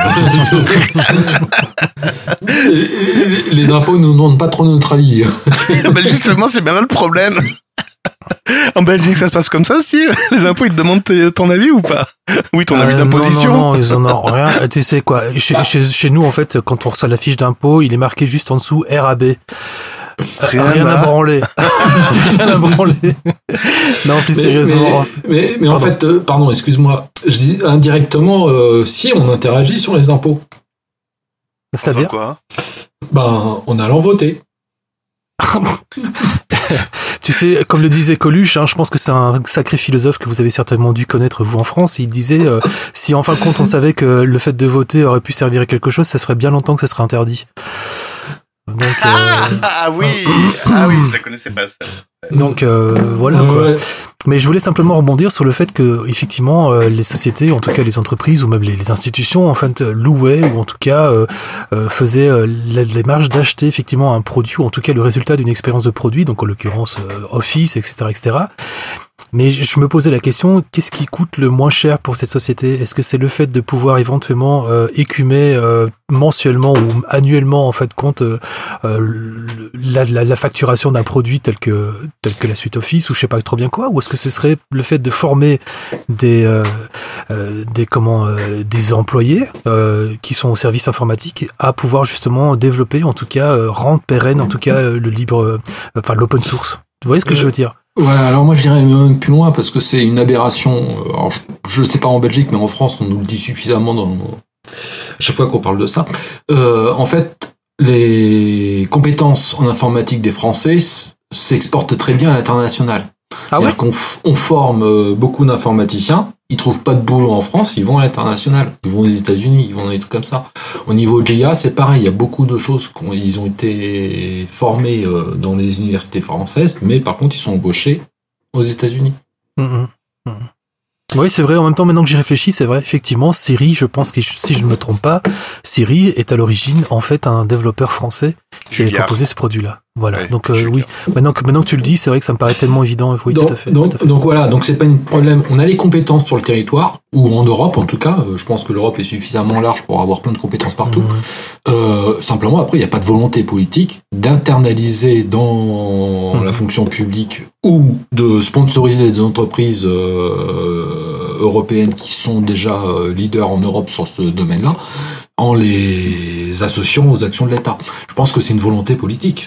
pense. les, les impôts ne nous demandent pas trop notre avis. Ben justement, c'est bien là le problème. En Belgique, ça se passe comme ça, Steve ? Les impôts, ils te demandent ton avis ou pas ? Oui, ton euh, avis d'imposition. Non, non, non, ils en ont rien. Tu sais quoi, chez, ah. chez, chez nous, en fait, quand on reçoit la fiche d'impôt, il est marqué juste en dessous R A B. Rien, rien à branler. Rien à branler. Non, en plus, c'est raisonnable. Mais, mais, mais en fait, euh, pardon, excuse-moi, je dis indirectement, euh, si on interagit sur les impôts. C'est-à-dire quoi ? Ben, en allant voter. Tu sais, comme le disait Coluche, hein, je pense que c'est un sacré philosophe que vous avez certainement dû connaître, vous, en France. Il disait, euh, si en fin de compte, on savait que le fait de voter aurait pu servir à quelque chose, ça ferait bien longtemps que ça serait interdit. Donc, euh... ah, ah oui, ah oui, je la connaissais pas ça. Donc euh, voilà quoi. Ouais. Mais je voulais simplement rebondir sur le fait que effectivement euh, les sociétés, en tout cas les entreprises ou même les, les institutions, en fait louaient ou en tout cas euh, euh, faisaient euh, la démarche d'acheter effectivement un produit ou en tout cas le résultat d'une expérience de produit, donc en l'occurrence euh, Office, et cetera, et cetera. Mais je me posais la question, qu'est-ce qui coûte le moins cher pour cette société ? Est-ce que c'est le fait de pouvoir éventuellement euh, écumer euh, mensuellement ou annuellement en fait compte euh, la, la, la facturation d'un produit tel que tel que la suite Office ou je sais pas trop bien quoi ? Ou est-ce que ce serait le fait de former des euh, euh, des comment euh, des employés euh, qui sont au service informatique à pouvoir justement développer, en tout cas euh, rendre pérenne en tout cas euh, le libre, euh, enfin l'open source. Vous voyez ce que je veux dire ? Ouais, alors moi je dirais même plus loin parce que c'est une aberration. Alors, je ne sais pas en Belgique, mais en France on nous le dit suffisamment dans à chaque fois qu'on parle de ça. Euh, en fait, les compétences en informatique des Français s'exportent très bien à l'international. Ah ouais ? qu'on f- on forme beaucoup d'informaticiens, ils trouvent pas de boulot en France, ils vont à l'international, ils vont aux États-Unis, ils vont dans des trucs comme ça. Au niveau de l'I A, c'est pareil, il y a beaucoup de choses qu'ils ont été formés dans les universités françaises, mais par contre ils sont embauchés aux États-Unis. Mmh, mmh. Oui, c'est vrai. En même temps, maintenant que j'y réfléchis, c'est vrai. Effectivement, Siri, je pense que si je ne me trompe pas, Siri est à l'origine, en fait, un développeur français qui avait proposé ce produit-là. Voilà. Ouais, donc, euh, oui. Maintenant que, maintenant que tu le dis, c'est vrai que ça me paraît tellement évident. Oui, donc, tout à fait. Donc, tout à fait. donc voilà. Donc, c'est pas un problème. On a les compétences sur le territoire, ou en Europe, en tout cas. Euh, je pense que l'Europe est suffisamment large pour avoir plein de compétences partout. Mmh. Euh, simplement, après, il n'y a pas de volonté politique d'internaliser dans mmh. la fonction publique ou de sponsoriser des entreprises, euh, européennes qui sont déjà euh, leaders en Europe sur ce domaine-là, en les associant aux actions de l'État. Je pense que c'est une volonté politique.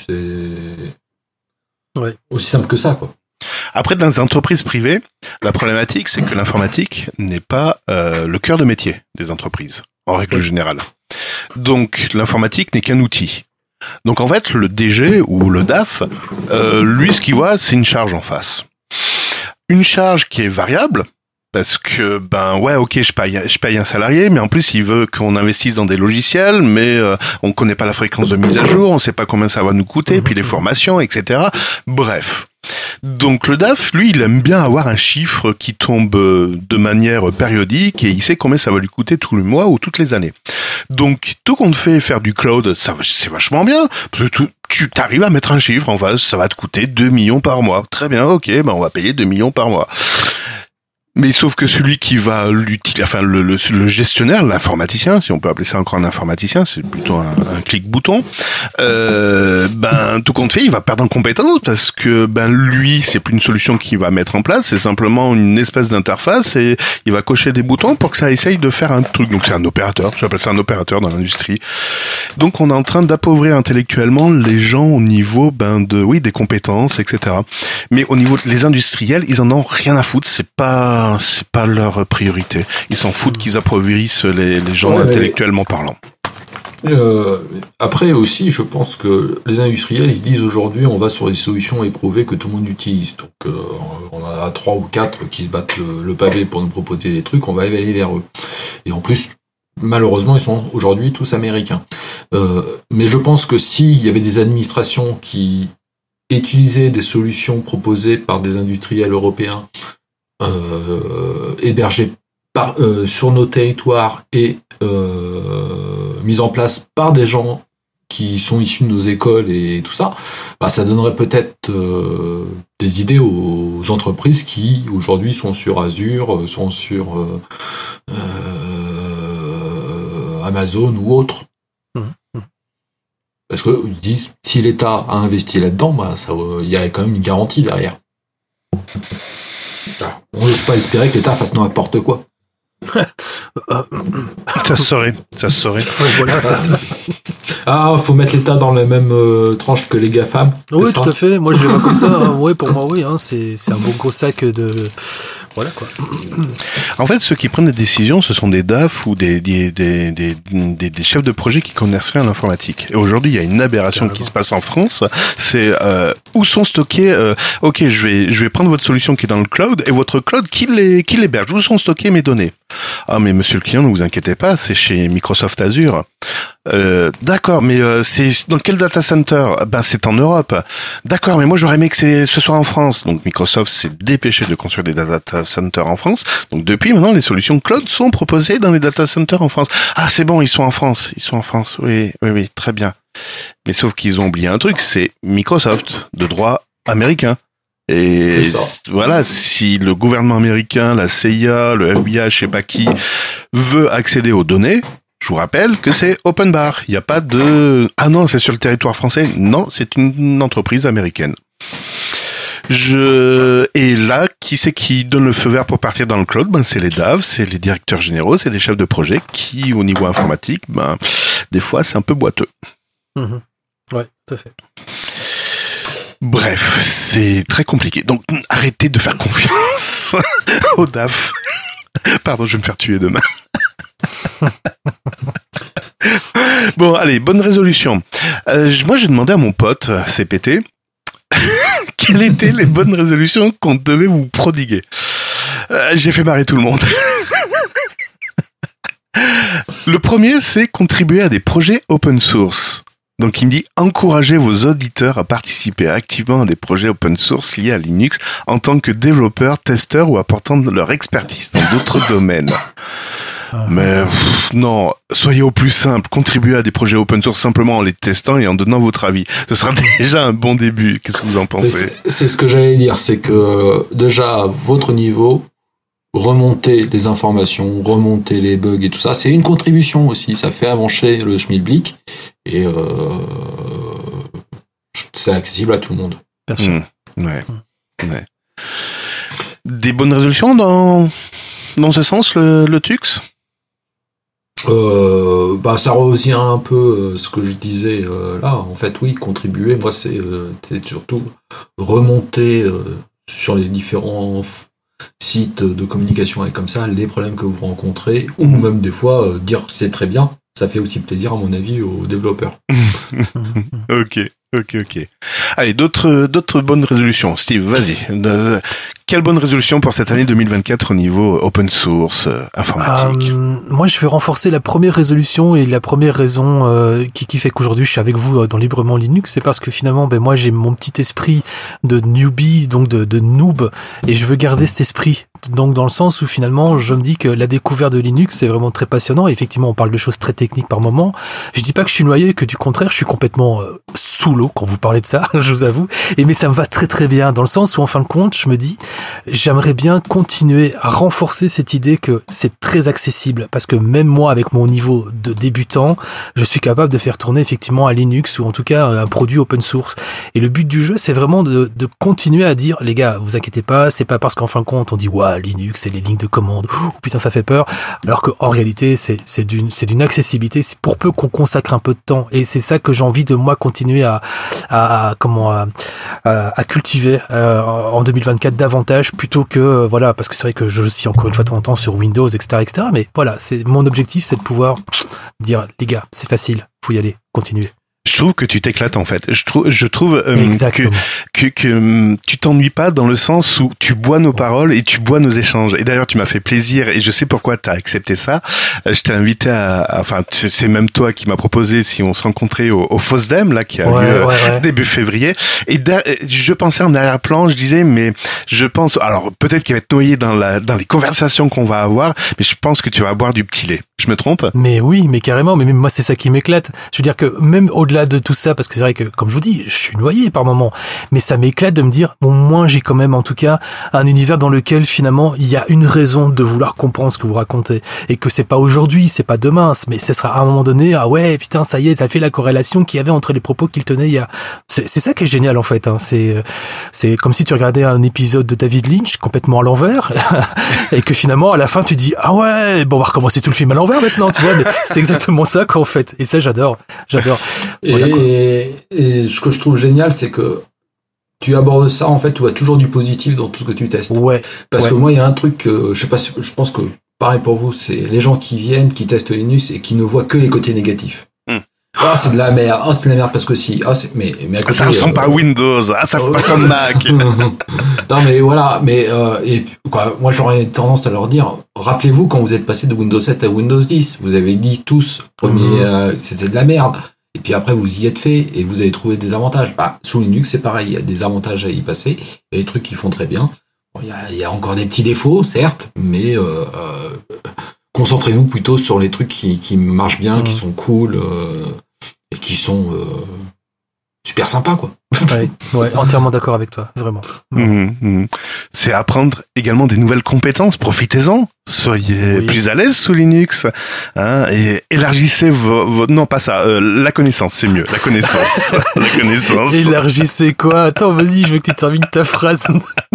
C'est ouais. aussi simple que ça, quoi. Après, dans les entreprises privées, la problématique, c'est que l'informatique n'est pas euh, le cœur de métier des entreprises, en règle générale. Donc, l'informatique n'est qu'un outil. Donc, en fait, le D G ou le D A F, euh, lui, ce qu'il voit, c'est une charge en face. Une charge qui est variable, parce que, ben ouais, ok, je paye, je paye un salarié, mais en plus, il veut qu'on investisse dans des logiciels, mais euh, on connaît pas la fréquence de mise à jour, on sait pas combien ça va nous coûter, puis les formations, et cetera. Bref. Donc le D A F, lui, il aime bien avoir un chiffre qui tombe de manière périodique et il sait combien ça va lui coûter tous les mois ou toutes les années. Donc tout compte fait, faire du cloud, ça, c'est vachement bien, parce que tu, tu t'arrives à mettre un chiffre en face, ça va te coûter deux millions par mois. Très bien, ok, ben on va payer deux millions par mois. Mais sauf que celui qui va l'utiliser, enfin le, le, le gestionnaire, l'informaticien, si on peut appeler ça encore un informaticien, c'est plutôt un, un clic-bouton. Euh, ben tout compte fait, il va perdre en compétence parce que ben lui, c'est plus une solution qu'il va mettre en place, c'est simplement une espèce d'interface et il va cocher des boutons pour que ça essaye de faire un truc. Donc c'est un opérateur, j'appelle ça un opérateur dans l'industrie. Donc on est en train d'appauvrir intellectuellement les gens au niveau ben de oui des compétences, et cetera. Mais au niveau des industriels, ils en ont rien à foutre. C'est pas pas, c'est pas leur priorité. Ils s'en foutent qu'ils appauvrissent les, les gens Ouais, intellectuellement parlant. Euh, après aussi, je pense que les industriels, ils se disent aujourd'hui, on va sur des solutions éprouvées que tout le monde utilise. Donc, euh, on a trois ou quatre qui se battent le, le pavé pour nous proposer des trucs, on va aller vers eux. Et en plus, malheureusement, ils sont aujourd'hui tous américains. Euh, mais je pense que s'il y avait des administrations qui utilisaient des solutions proposées par des industriels européens, euh, hébergés par, euh, sur nos territoires et euh, mises en place par des gens qui sont issus de nos écoles et tout ça, bah, ça donnerait peut-être euh, des idées aux entreprises qui aujourd'hui sont sur Azure, sont sur euh, euh, Amazon ou autres. Mmh. Parce que ils disent si l'État a investi là-dedans, bah, ça, il y a quand même une garantie derrière. Alors, on n'ose pas espérer que l'État fasse n'importe quoi. Ça se saurait, ça se saurait. Voilà, c'est ça. Ah, faut mettre l'État dans la même euh, tranche que les GAFAM. Oui, tout à fait. Moi, je le vois comme ça. Hein. Oui, pour moi, oui. Hein. C'est, c'est un beau gros sac de... Voilà, quoi. En fait, ceux qui prennent des décisions, ce sont des D A F ou des, des, des, des, des, des chefs de projet qui connaissent rien à l'informatique. Et aujourd'hui, il y a une aberration Carrément. qui se passe en France. C'est euh, où sont stockés... Euh, ok, je vais, je vais prendre votre solution qui est dans le cloud, et votre cloud, qui, les, qui l'héberge? Où sont stockées mes données? Ah, mais monsieur le client, ne vous inquiétez pas, c'est chez Microsoft Azure. Euh, d'accord, mais euh, c'est dans quel data center? Ben c'est en Europe. D'accord, mais moi j'aurais aimé que c'est, ce soit en France. Donc Microsoft s'est dépêché de construire des data centers en France. Donc depuis maintenant, les solutions cloud sont proposées dans les data centers en France. Ah c'est bon, ils sont en France, ils sont en France. Oui, oui, oui, très bien. Mais sauf qu'ils ont oublié un truc, c'est Microsoft de droit américain. Et voilà, si le gouvernement américain, la C I A, le F B I, je sais pas qui, veut accéder aux données, je vous rappelle que c'est open bar. Il n'y a pas de... Ah non, c'est sur le territoire français. Non, c'est une entreprise américaine. Je... Et là, qui c'est qui donne le feu vert pour partir dans le cloud? Ben, c'est les D A V, c'est les directeurs généraux, c'est des chefs de projet qui, au niveau informatique, ben, des fois, c'est un peu boiteux. Mmh. Ouais, tout à fait. Bref, c'est très compliqué. Donc, arrêtez de faire confiance au D A F. Pardon, je vais me faire tuer demain. Bon, allez, bonne résolution. Euh, moi, j'ai demandé à mon pote C P T quelles étaient les bonnes résolutions qu'on devait vous prodiguer. Euh, j'ai fait marrer tout le monde. Le premier, c'est contribuer à des projets open source. Donc, il me dit encouragez vos auditeurs à participer activement à des projets open source liés à Linux en tant que développeurs, testeurs ou apportant leur expertise dans d'autres domaines. Mais pff, non, soyez au plus simple, contribuez à des projets open source simplement en les testant et en donnant votre avis. Ce sera déjà un bon début. Qu'est-ce que vous en pensez? C'est, c'est ce que j'allais dire, c'est que déjà à votre niveau, remonter les informations, remonter les bugs et tout ça, c'est une contribution aussi. Ça fait avancer le schmilblick et euh, c'est accessible à tout le monde. Bien sûr. Mmh, ouais, mmh. ouais. Des bonnes résolutions dans dans ce sens, le, le T U X? Euh, bah ça revient un peu euh, ce que je disais euh, là. En fait, oui, contribuer. Moi, c'est, euh, c'est surtout remonter euh, sur les différents f- sites de communication et comme ça les problèmes que vous rencontrez, ou mmh. même des fois euh, dire que c'est très bien. Ça fait aussi plaisir, à mon avis, aux développeurs. Ok, ok, ok. Allez, d'autres d'autres bonnes résolutions. Steve, vas-y. De, quelle bonne résolution pour cette année deux mille vingt-quatre au niveau open source, euh, informatique? euh, Moi, je vais renforcer la première résolution et la première raison euh, qui, qui fait qu'aujourd'hui je suis avec vous dans Librement Linux, c'est parce que finalement, ben moi, j'ai mon petit esprit de newbie, donc de, de noob, et je veux garder cet esprit. Donc dans le sens où finalement, je me dis que la découverte de Linux, c'est vraiment très passionnant. Et effectivement, on parle de choses très techniques par moment. Je dis pas que je suis noyé, que du contraire, je suis complètement euh, sous l'eau quand vous parlez de ça, je vous avoue. Et mais ça me va très très bien, dans le sens où en fin de compte, je me dis, j'aimerais bien continuer à renforcer cette idée que c'est très accessible, parce que même moi, avec mon niveau de débutant, je suis capable de faire tourner effectivement un Linux ou en tout cas un produit open source. Et le but du jeu, c'est vraiment de, de continuer à dire, les gars, vous inquiétez pas, c'est pas parce qu'en fin de compte on dit ouais, Linux, c'est les lignes de commande, oh, putain ça fait peur, alors qu'en réalité c'est c'est d'une c'est d'une accessibilité, c'est pour peu qu'on consacre un peu de temps. Et c'est ça que j'ai envie de moi continuer à à, à comment à, à cultiver euh, en deux mille vingt-quatre davantage plutôt que euh, voilà, parce que c'est vrai que je suis encore une fois de temps en temps sur Windows, et cetera, et cetera. Mais voilà, c'est mon objectif, c'est de pouvoir dire les gars, c'est facile, faut y aller, continuez. Je trouve que tu t'éclates en fait. Je trouve, je trouve euh, Exactement. que, que, que euh, tu t'ennuies pas dans le sens où tu bois nos paroles et tu bois nos échanges. Et d'ailleurs, tu m'as fait plaisir et je sais pourquoi tu as accepté ça. Euh, je t'ai invité à, à, enfin, c'est même toi qui m'as proposé si on se rencontrait au, au FOSDEM là qui a ouais, lieu ouais, ouais. début février. Et je pensais en arrière-plan, je disais mais je pense, alors peut-être qu'il va être noyé dans la dans les conversations qu'on va avoir, mais je pense que tu vas boire du petit lait. Je me trompe? Mais oui, mais carrément. Mais même moi, c'est ça qui m'éclate. Je veux dire que même au-delà de tout ça, parce que c'est vrai que, comme je vous dis, je suis noyé par moments, mais ça m'éclate de me dire, au moins j'ai quand même, en tout cas, un univers dans lequel finalement il y a une raison de vouloir comprendre ce que vous racontez, et que c'est pas aujourd'hui, c'est pas demain, mais ce sera à un moment donné, ah ouais, putain, ça y est, t'as fait la corrélation qu'il y avait entre les propos qu'il tenait il y a. C'est, c'est ça qui est génial en fait. Hein. C'est, c'est comme si tu regardais un épisode de David Lynch complètement à l'envers, et que finalement à la fin tu dis, ah ouais, bon, on va recommencer tout le film à l'envers maintenant, tu vois. Mais c'est exactement ça qu'en fait, et ça j'adore, j'adore. Voilà, et, et ce que je trouve génial, c'est que tu abordes ça, en fait, tu vois toujours du positif dans tout ce que tu testes. Ouais. Parce ouais. que moi, il y a un truc, que, je sais pas, je pense que pareil pour vous, c'est les gens qui viennent, qui testent Linux et qui ne voient que les côtés négatifs. Mm. Ah, c'est de la merde. Ah, c'est de la merde parce que si. Ah, c'est, mais, mais à côté, ça ressemble euh, pas à Windows. Ah, ça fait pas comme Mac. Non, mais voilà. Mais, euh, et, quoi, moi, j'aurais tendance à leur dire, rappelez-vous quand vous êtes passé de Windows sept à Windows dix, vous avez dit tous, premier, mm. euh, que c'était de la merde. Et puis après, vous y êtes fait et vous avez trouvé des avantages. Bah, sous Linux, c'est pareil. Il y a des avantages à y passer. Il y a des trucs qui font très bien. Bon, il y a, il y a encore des petits défauts, certes, mais, euh, euh, concentrez-vous plutôt sur les trucs qui, qui marchent bien, mmh. qui sont cool, euh, et qui sont euh, super sympas, quoi. Ouais, ouais, entièrement d'accord avec toi, vraiment. Mmh, mmh. C'est apprendre également des nouvelles compétences, profitez-en. Soyez oui. plus à l'aise sous Linux, hein, et élargissez vos, vos non pas ça, euh, la connaissance, c'est mieux, la connaissance, la connaissance. Élargissez quoi? Attends, vas-y, je veux que tu termines ta phrase.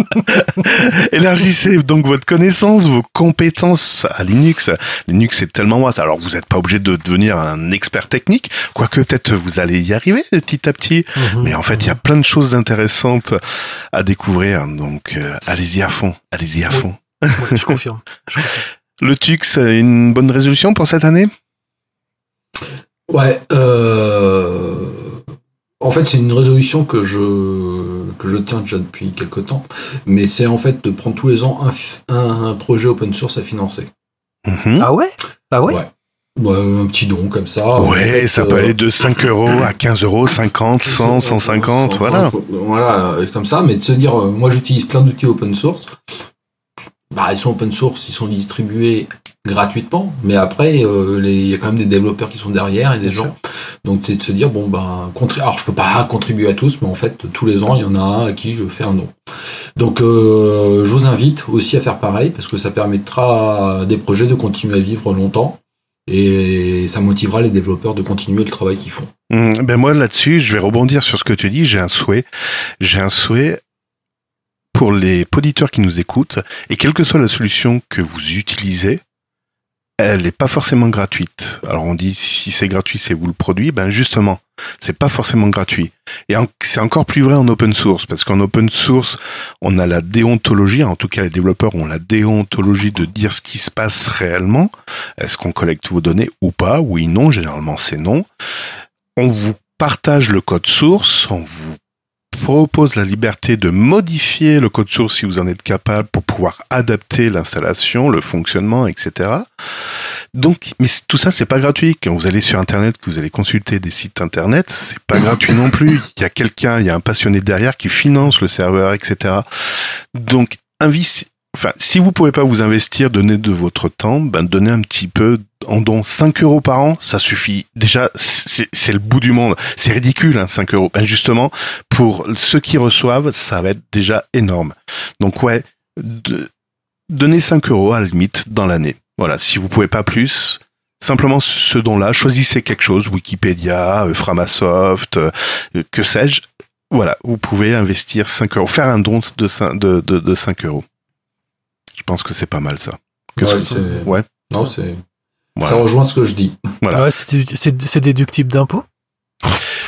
Élargissez donc votre connaissance, vos compétences à Linux. Linux c'est tellement vaste. Alors vous n'êtes pas obligé de devenir un expert technique, quoique peut-être vous allez y arriver petit à petit. Mm-hmm. Mais en fait, il y a plein de choses intéressantes à découvrir. Donc euh, allez-y à fond, allez-y à oui. fond. Oui, je confirme. je confirme. Le Tux, une bonne résolution pour cette année? Ouais. Euh... En fait, c'est une résolution que je que je tiens déjà depuis quelques temps, mais c'est en fait de prendre tous les ans un, un, un projet open source à financer. Mmh. Ah ouais? Ah ouais? Ouais. Ouais, un petit don comme ça. Ouais, en fait, ça euh... peut aller de cinq euros à quinze euros, cinquante, cent, cent cinquante, voilà. Voilà, comme ça, mais de se dire, euh, moi j'utilise plein d'outils open source. Bah, ils sont open source, ils sont distribués gratuitement, mais après, il euh, y a quand même des développeurs qui sont derrière et des Bien gens. Sûr. Donc, c'est de se dire, bon, ben, contri- alors je peux pas contribuer à tous, mais en fait, tous les ans, il y en a un à qui je fais un don. Donc, euh, je vous invite aussi à faire pareil, parce que ça permettra à des projets de continuer à vivre longtemps, et ça motivera les développeurs de continuer le travail qu'ils font. Mmh, ben moi, là-dessus, je vais rebondir sur ce que tu dis, j'ai un souhait. J'ai un souhait pour les auditeurs qui nous écoutent, et quelle que soit la solution que vous utilisez, elle n'est pas forcément gratuite. Alors on dit si c'est gratuit, c'est vous le produit. Ben justement, c'est pas forcément gratuit. Et en, c'est encore plus vrai en open source, parce qu'en open source, on a la déontologie, en tout cas les développeurs ont la déontologie de dire ce qui se passe réellement. Est-ce qu'on collecte vos données ou pas? Oui, non, généralement c'est non. On vous partage le code source, on vous propose la liberté de modifier le code source si vous en êtes capable pour pouvoir adapter l'installation, le fonctionnement, et cetera. Donc, mais tout ça, c'est pas gratuit. Quand vous allez sur Internet, que vous allez consulter des sites Internet, c'est pas gratuit non plus. Il y a quelqu'un, il y a un passionné derrière qui finance le serveur, et cetera. Donc, investi- Enfin, si vous pouvez pas vous investir, donner de votre temps, ben donnez un petit peu en don. cinq euros par an, ça suffit. Déjà, c'est, c'est le bout du monde. C'est ridicule, hein, cinq euros. Ben justement, pour ceux qui reçoivent, ça va être déjà énorme. Donc ouais, de, donnez cinq euros à la limite dans l'année. Voilà, si vous pouvez pas plus, simplement ce don-là, choisissez quelque chose, Wikipédia, euh, Framasoft, euh, que sais-je. Voilà, vous pouvez investir cinq euros, faire un don de cinq, de, de, de cinq euros. Je pense que c'est pas mal, ça. Ouais, que... c'est... ouais. Non, c'est... Voilà. Ça rejoint ce que je dis. Voilà. Ouais, c'est, c'est, c'est déductible d'impôts?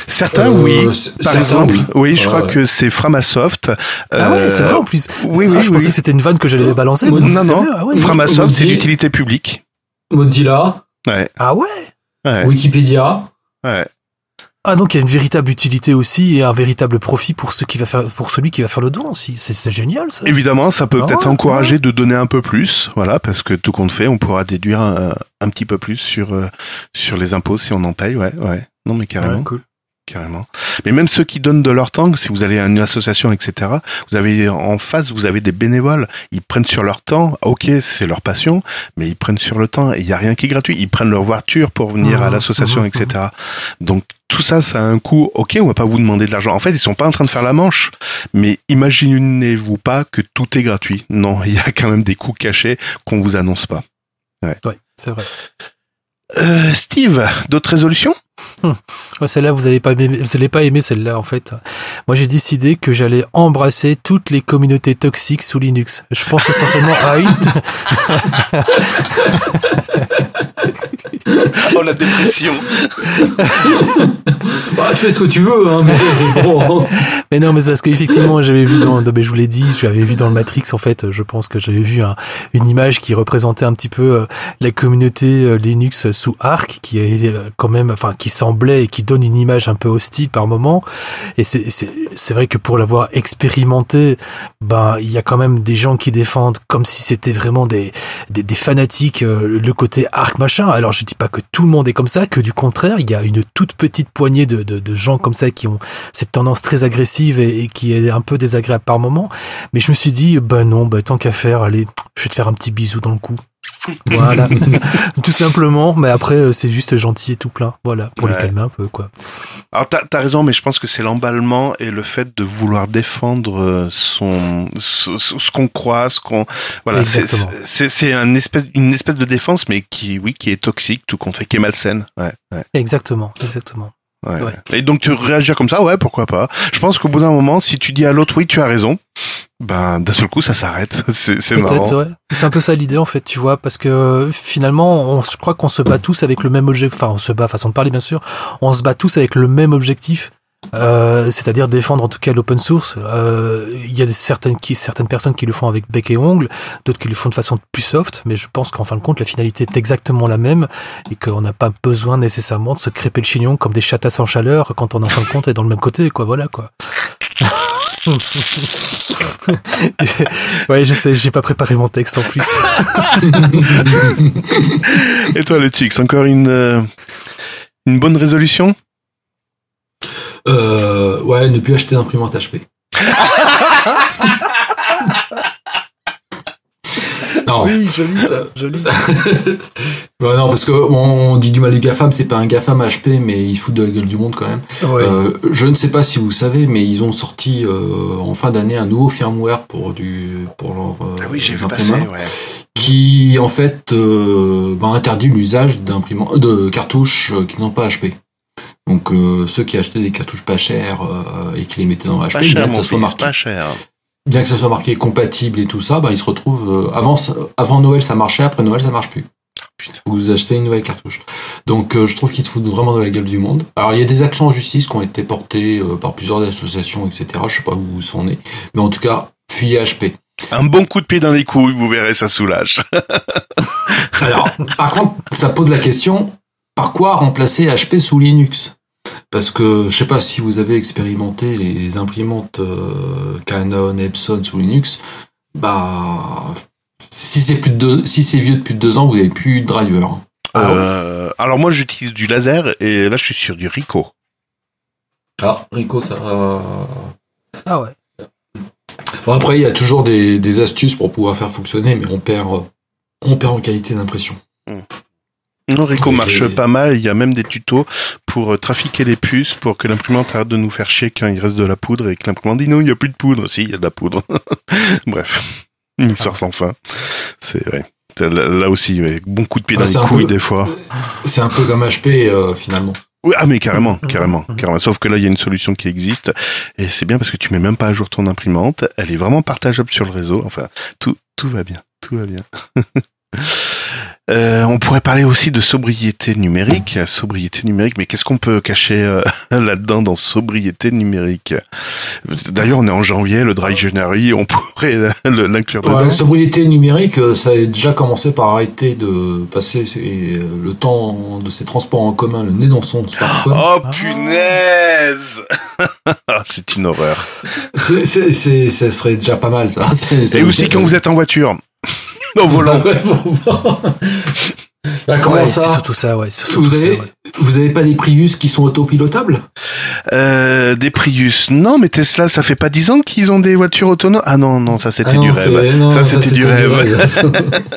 Certains, Euh, oui. c- Par certains, exemple, oui, oui. je Ouais, crois ouais. que c'est Framasoft. Ah ouais, c'est Euh, vrai en plus. Oui, Ah, oui, je oui. pensais que c'était une vanne que j'allais balancer. mais Non, c'est non. sérieux. Ah ouais, Framasoft, c'est Mozilla- d'utilité publique. Mozilla, Ouais, ah ouais. ouais, Wikipédia. ouais. Ah donc il y a une véritable utilité aussi et un véritable profit pour ceux qui va faire, pour celui qui va faire le don aussi. C'est, c'est génial ça. Évidemment, ça peut Ah peut-être ouais, encourager ouais. de donner un peu plus, voilà, parce que tout compte fait, on pourra déduire un, un petit peu plus sur euh, sur les impôts si on en paye, ouais, ouais. Non, mais carrément. Ouais, cool. Carrément. Mais même ceux qui donnent de leur temps, si vous allez à une association, et cetera, vous avez en face, vous avez des bénévoles. Ils prennent sur leur temps. Ok, c'est leur passion, mais ils prennent sur le temps. Et il y a rien qui est gratuit. Ils prennent leur voiture pour venir Mmh, à l'association, mmh, et cetera. Donc tout ça, ça a un coût. Ok, on va pas vous demander de l'argent. En fait, ils sont pas en train de faire la manche. Mais imaginez-vous pas que tout est gratuit. Non, il y a quand même des coûts cachés qu'on vous annonce pas. Ouais. Ouais, c'est vrai. Euh, Steve, d'autres résolutions? Ouais, celle-là, vous n'allez pas aimer, vous allez pas aimer celle-là, en fait. Moi, j'ai décidé que j'allais embrasser toutes les communautés toxiques sous Linux. Je pense essentiellement à une. Oh, la dépression. Bah, tu fais ce que tu veux, hein, mais bon. Mais non, mais c'est parce qu'effectivement, j'avais vu dans, dans- mais je vous l'ai dit, j'avais vu dans le Matrix, en fait, je pense que j'avais vu un- une image qui représentait un petit peu euh, la communauté euh, Linux sous Arc, qui est euh, quand même, enfin, qui semblait et qui donne une image un peu hostile par moment. Et c'est, c'est, c'est vrai que pour l'avoir expérimenté, ben, il y a quand même des gens qui défendent comme si c'était vraiment des, des, des fanatiques, euh, le côté Arc machin. Alors, je dis pas que tout le monde est comme ça, que du contraire, il y a une toute petite poignée de, de, de gens comme ça qui ont cette tendance très agressive et, et qui est un peu désagréable par moment. Mais je me suis dit, ben non, ben tant qu'à faire, allez, je vais te faire un petit bisou dans le cou. Voilà, tout simplement. Mais après, c'est juste gentil et tout plein. Voilà, pour Ouais. les calmer un peu, quoi. Alors t'as, t'as raison, mais je pense que c'est l'emballement et le fait de vouloir défendre euh, son ce, ce qu'on croit, ce qu'on voilà, c'est, Exactement. c'est c'est un espèce une espèce de défense, mais qui oui qui est toxique, tout compte fait, qui est malsaine. Ouais, ouais. Exactement, exactement. Ouais, Ouais. ouais. Et donc tu réagis comme ça, ouais, pourquoi pas. Je pense qu'au bout d'un moment, si tu dis à l'autre oui, tu as raison, ben d'un seul coup ça s'arrête. C'est, c'est marrant. Peut-être, ouais. C'est un peu ça l'idée en fait, tu vois, parce que finalement, on, je crois qu'on se bat tous avec le même objectif. Enfin, on se bat, façon de parler bien sûr. On se bat tous avec le même objectif. Euh, c'est-à-dire défendre en tout cas l'open source. Euh, il y a des, certaines, qui, certaines personnes qui le font avec bec et ongles, d'autres qui le font de façon plus soft, mais je pense qu'en fin de compte la finalité est exactement la même et qu'on n'a pas besoin nécessairement de se crêper le chignon comme des chatas sans chaleur quand on en fin de compte est dans le même côté, quoi. Voilà, quoi. Ouais, je sais, j'ai pas préparé mon texte en plus. Et toi, le Tix, encore une euh, une bonne résolution? Euh, ouais, ne plus acheter d'imprimante H P. Non. Oui, joli ça, joli. Ouais, non, parce que bon, on dit du mal du GAFAM, c'est pas un GAFAM H P, mais ils se foutent de la gueule du monde quand même. Ouais. Euh, je ne sais pas si vous savez, mais ils ont sorti euh, en fin d'année un nouveau firmware pour du pour leur euh, Ah oui, j'ai les vu passer, imprimeurs, ouais. qui en fait euh, bah, interdit l'usage d'imprimantes de cartouches euh, qui n'ont pas H P. Donc euh, ceux qui achetaient des cartouches pas chères euh, et qui les mettaient dans H P, Pas bien cher, que mon ça soit fils, marqué, pas cher. bien que ça soit marqué compatible et tout ça, bah ils se retrouvent euh, avant avant Noël ça marchait, après Noël ça marche plus. Putain. Vous achetez une nouvelle cartouche. Donc euh, je trouve qu'ils se foutent vraiment de la gueule du monde. Alors il y a des actions en justice qui ont été portées euh, par plusieurs associations, et cetera. Je sais pas où ça en est, mais en tout cas fuyez H P. Un bon coup de pied dans les couilles, vous verrez, ça soulage. Alors par contre ça pose la question, par quoi remplacer H P sous Linux? Parce que je sais pas si vous avez expérimenté les imprimantes euh, Canon, Epson sous Linux, bah si c'est plus de deux, si c'est vieux de plus de deux ans, vous n'avez plus de driver. Euh, alors moi, j'utilise du laser et là, je suis sur du Ricoh. Ah, Ricoh, ça. euh, Ah ouais. Bon, après, il y a toujours des, des astuces pour pouvoir faire fonctionner, mais on perd, euh, on perd en qualité d'impression. Non, Ricoh Ok. marche pas mal. Il y a même des tutos pour euh, trafiquer les puces, pour que l'imprimante arrête de nous faire chier quand il reste de la poudre et que l'imprimante dit non, il n'y a plus de poudre. Si, il y a de la poudre. Bref, une histoire sans fin. C'est vrai. Là, là aussi, ouais, bon coup de pied Ah, dans c'est les un couilles peu- des fois. C'est un peu comme H P, euh, finalement. Oui, ah mais carrément, carrément, carrément. Sauf que là, il y a une solution qui existe et c'est bien parce que tu mets même pas à jour ton imprimante. Elle est vraiment partageable sur le réseau. Enfin, tout, tout va bien, tout va bien. Euh, on pourrait parler aussi de sobriété numérique. Sobriété numérique, mais qu'est-ce qu'on peut cacher euh, là-dedans dans sobriété numérique? D'ailleurs, on est en janvier, le Dry January, on pourrait l'inclure dedans. Ouais, sobriété numérique, ça a déjà commencé par arrêter de passer le temps de ses transports en commun, le nez dans son smartphone. Oh punaise! C'est une horreur. C'est, c'est, c'est, ça serait déjà pas mal, ça. C'est, c'est Et aussi quand vous êtes en voiture, au volant. Là, comment ouais, ça c'est surtout ça, ouais. C'est surtout vous, avez, ça, ouais. vous avez pas des Prius qui sont autopilotables? euh, Des Prius, non, mais Tesla, ça fait pas dix ans qu'ils ont des voitures autonomes. Ah non, non, ça c'était ah non, du rêve. Non, ça, ça c'était, c'était du rêve. rêve.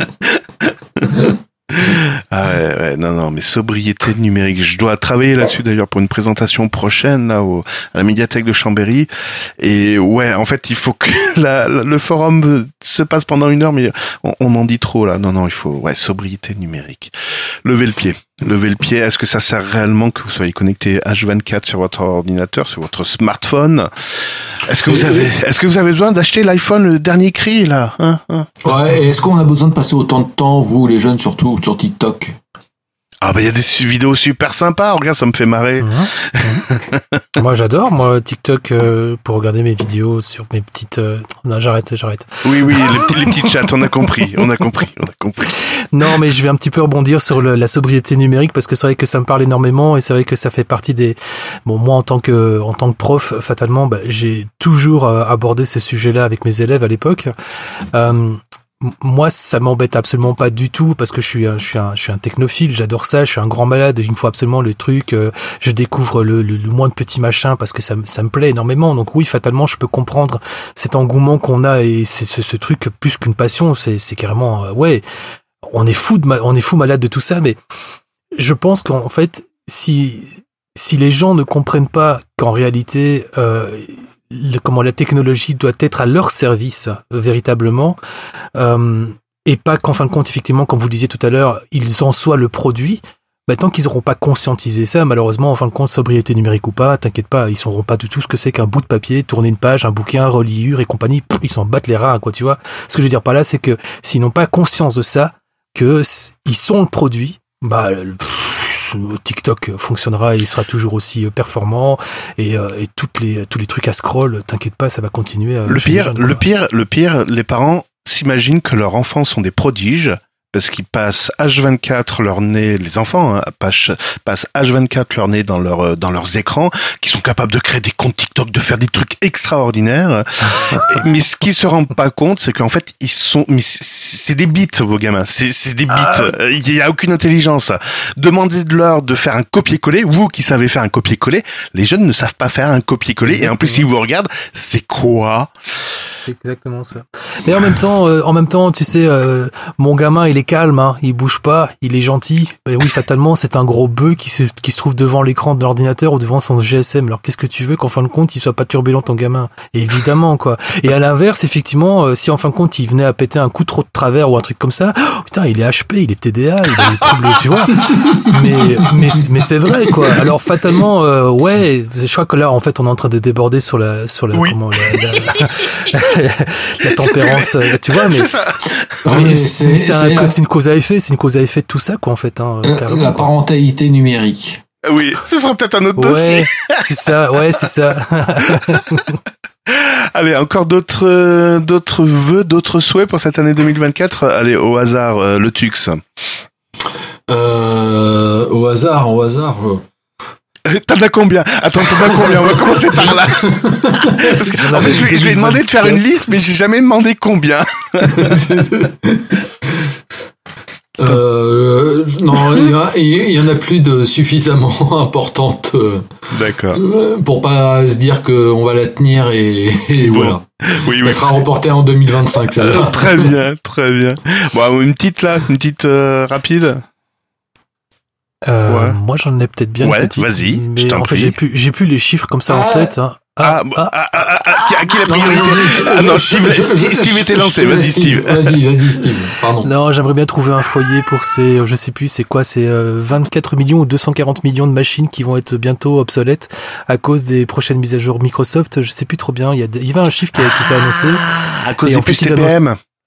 Ah ouais, ouais, non, non, mais sobriété numérique. Je dois travailler là-dessus d'ailleurs pour une présentation prochaine là au, à la médiathèque de Chambéry. Et ouais, en fait, il faut que la, la, le forum se passe pendant une heure, mais on, on en dit trop là. Non, non, il faut ouais, sobriété numérique. Levez le pied. Levez le pied. Est-ce que ça sert réellement que vous soyez connecté H vingt-quatre sur votre ordinateur, sur votre smartphone? Est-ce que vous avez, est-ce que vous avez besoin d'acheter l'iPhone le dernier cri là, hein, hein Ouais. Et est-ce qu'on a besoin de passer autant de temps, vous les jeunes surtout, sur TikTok? Ah bah il y a des vidéos super sympas, regarde, ça me fait marrer. Mmh, mmh. Moi j'adore moi TikTok euh, pour regarder mes vidéos sur mes petites euh... non j'arrête j'arrête. Oui oui les, petits, les petites chats, on a compris, on a compris, on a compris. Non mais je vais un petit peu rebondir sur le, la sobriété numérique parce que c'est vrai que ça me parle énormément et c'est vrai que ça fait partie des bon moi en tant que en tant que prof fatalement bah, j'ai toujours euh, abordé ces sujets-là avec mes élèves à l'époque. Euh, Moi, ça m'embête absolument pas du tout parce que je suis un, je suis un, je suis un technophile. J'adore ça. Je suis un grand malade. Il me faut absolument le truc. Euh, je découvre le, le, le moins de petits machins parce que ça, ça me plaît énormément. Donc oui, fatalement, je peux comprendre cet engouement qu'on a et c'est ce, ce truc plus qu'une passion. C'est, c'est carrément, euh, ouais, on est fou de, ma, on est fou malade de tout ça. Mais je pense qu'en fait, si si les gens ne comprennent pas qu'en réalité, euh, le, comment la technologie doit être à leur service euh, véritablement, euh, et pas qu'en fin de compte, effectivement, comme vous le disiez tout à l'heure, ils en soient le produit. Bah, tant qu'ils n'auront pas conscientisé ça, malheureusement, en fin de compte, sobriété numérique ou pas, t'inquiète pas, ils sauront pas du tout ce que c'est qu'un bout de papier, tourner une page, un bouquin, reliure et compagnie. Pff, ils s'en battent les rats, quoi, tu vois. Ce que je veux dire par là, c'est que s'ils n'ont pas conscience de ça, que ils sont le produit, bah, pff, TikTok fonctionnera et il sera toujours aussi performant et, euh, et toutes les, tous les trucs à scroll, t'inquiète pas, ça va continuer. À le pire, jeunes, le pire, le pire, les parents s'imaginent que leurs enfants sont des prodiges parce qu'ils passent H vingt-quatre leur nez, les enfants hein, passent, passent H vingt-quatre leur nez dans leur dans leurs écrans, qui sont capables de créer des comptes TikTok, de faire des trucs extraordinaires. Et, mais ce qu'ils se rendent pas compte, c'est qu'en fait ils sont, mais c'est des bits vos gamins, c'est c'est des bits. Ah. Il y a aucune intelligence. Demandez-leur de faire un copier-coller. Vous qui savez faire un copier-coller, les jeunes ne savent pas faire un copier-coller. Exactement. Et en plus s'ils vous regardent, c'est quoi? C'est exactement ça. Mais en même temps, euh, en même temps, tu sais, euh, mon gamin, il est calme, hein, il bouge pas, il est gentil. Ben oui, fatalement, c'est un gros bœuf qui se, qui se trouve devant l'écran de l'ordinateur ou devant son G S M. Alors, qu'est-ce que tu veux qu'en fin de compte, il soit pas turbulent, ton gamin? Évidemment, quoi. Et à l'inverse, effectivement, euh, si en fin de compte, il venait à péter un coup trop de travers ou un truc comme ça, oh, putain, il est H P, il est T D A, il est troublé, tu vois. Mais, mais, mais c'est vrai, quoi. Alors, fatalement, euh, ouais, je crois que là, en fait, on est en train de déborder sur la, sur la, oui. comment, la, la la tempérance, tu vois, mais c'est, mais c'est, mais c'est, un, la... c'est une cause à effet, c'est une cause à effet de tout ça, quoi, en fait. Hein, euh, la parentalité numérique. Oui, ce sera peut-être un autre ouais, dossier. C'est ça, ouais, c'est ça. Allez, encore d'autres, euh, d'autres vœux, d'autres souhaits pour cette année deux mille vingt-quatre. Allez, au hasard, euh, le Tux. Euh, au hasard, au hasard. Euh... T'en as combien? Attends, t'en as combien? On va commencer par là. Parce que, en fait, je, je lui ai demandé de faire une liste, mais j'ai jamais demandé combien. euh, non, il y en a plus de suffisamment importantes. Euh, D'accord. Euh, pour pas se dire qu'on va la tenir et, et bon. Voilà. Oui, oui. Elle sera reportée en deux mille vingt-cinq. Ça euh, très bien, très bien. Bon, une petite là, une petite euh, rapide. Euh, ouais. Moi, j'en ai peut-être bien ouais, une petite. Vas-y, mais je t'en en fait, prie. j'ai plus, j'ai plus les chiffres comme ça ah, en tête. Hein. Ah, ah, ah, ah, ah, ah, qui a la priorité? Ah non, Steve, Steve, Steve était lancé. Vas-y, Steve. Vas-y, vas-y, Steve. Pardon. Non, j'aimerais bien trouver un foyer pour ces, je sais plus, c'est quoi, c'est vingt-quatre millions ou deux cent quarante millions de machines qui vont être bientôt obsolètes à cause des prochaines mises à jour Microsoft. Je sais plus trop bien. Il y a, il y avait un chiffre qui a été annoncé. À cause des puces C P M.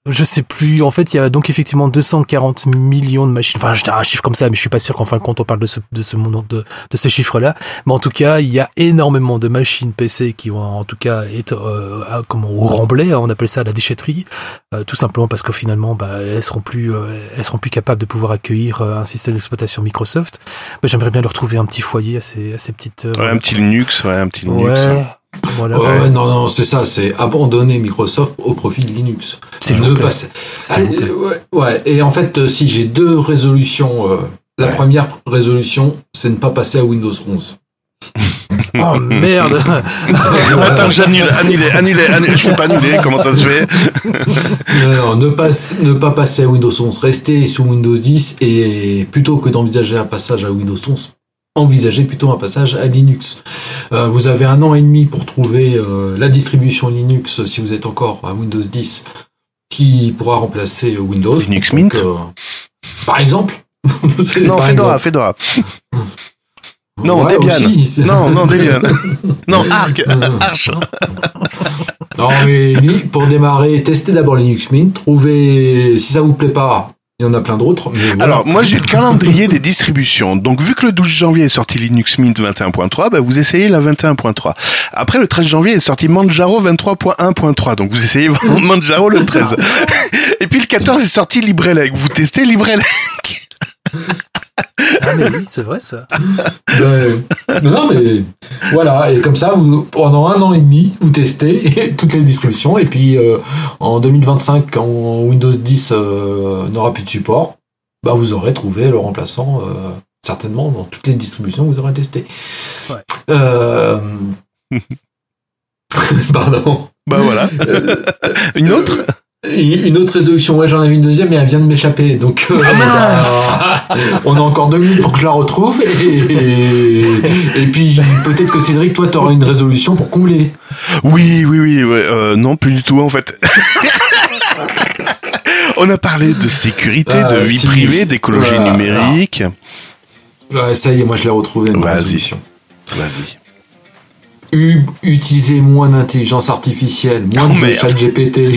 Je sais plus. En fait, il y a donc effectivement deux cent quarante millions de machines. Enfin, j'ai un chiffre comme ça, mais je suis pas sûr qu'en fin de compte on parle de ce de ce de de ce chiffre-là. Mais en tout cas, il y a énormément de machines P C qui ont en tout cas été euh, comment au remblai. On appelle ça à la déchetterie, euh, tout simplement parce que finalement, bah, elles seront plus euh, elles seront plus capables de pouvoir accueillir euh, un système d'exploitation Microsoft. Bah, j'aimerais bien leur trouver un petit foyer à ces à ces petites. Euh, ouais, un petit Linux, ouais, un petit Linux. Ouais. Voilà. Oh, ouais. Non, non, c'est ça, c'est abandonner Microsoft au profit de Linux. C'est ne passer. Ah, ouais, ouais, et en fait, si j'ai deux résolutions, euh, la ouais. première résolution, c'est ne pas passer à Windows onze. Oh merde. Attends, j'annule, annulé, annulé, annulé, je peux pas annuler, comment ça se fait? Non, non, ne pas, ne pas passer à Windows onze, rester sous Windows dix, et plutôt que d'envisager un passage à Windows onze, envisagez plutôt un passage à Linux. Euh, vous avez un an et demi pour trouver euh, la distribution Linux, si vous êtes encore à Windows dix, qui pourra remplacer Windows. Linux donc, Mint euh, par exemple. Non, par Fedora, exemple. Fedora. Non, ouais, Debian. Aussi, non, non, Debian. Non, Arc. Arch. Non, mais pour démarrer, testez d'abord Linux Mint. Trouvez, si ça vous plaît pas, il y en a plein d'autres. Mais voilà. Alors, moi, j'ai le calendrier des distributions. Donc, vu que le douze janvier est sorti Linux Mint vingt et un point trois, bah, vous essayez la vingt et un point trois. Après, le treize janvier est sorti Manjaro vingt-trois point un point trois. Donc, vous essayez Manjaro le treize. Et puis, le quatorze est sorti LibreLec. Vous testez LibreLec. Ah mais oui, c'est vrai ça. Euh, non mais voilà, et comme ça, vous, pendant un an et demi, vous testez toutes les distributions, et puis euh, en deux mille vingt-cinq, quand Windows dix euh, n'aura plus de support, bah vous aurez trouvé le remplaçant euh, certainement dans toutes les distributions que vous aurez testées. Ouais. Euh... Pardon. Bah voilà. Une autre euh, Une autre résolution, ouais, j'en avais une deuxième, mais elle vient de m'échapper, donc euh, ah euh, on a encore deux minutes pour que je la retrouve, et, et, et puis peut-être que Cédric, toi, t'auras une résolution pour combler. Oui, oui, oui, ouais, euh, non, plus du tout, en fait. On a parlé de sécurité, euh, de vie si, privée, si, d'écologie euh, numérique. Ouais, ça y est, moi je l'ai retrouvé, ma Vas-y. résolution. Vas-y. U- utiliser moins d'intelligence artificielle, moins oh, de chat G P T.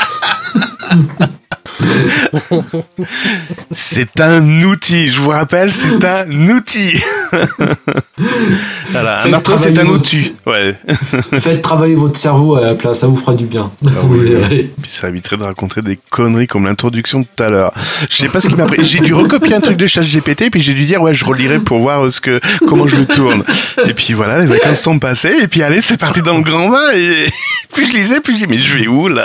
C'est un outil, je vous rappelle, c'est un outil. Voilà, un marteau, c'est un outil. Votre... Ouais. Faites travailler votre cerveau à la place, ça vous fera du bien. Ah oui, oui. Puis ça éviterait de raconter des conneries comme l'introduction de tout à l'heure. Je sais pas ce qui m'a pris. J'ai dû recopier un truc de ChatGPT, puis j'ai dû dire ouais, je relirai pour voir ce que comment je le tourne. Et puis voilà, les vacances sont passées, et puis allez, c'est parti dans le grand bain. Et puis je lisais, puis je dis mais je vais où là?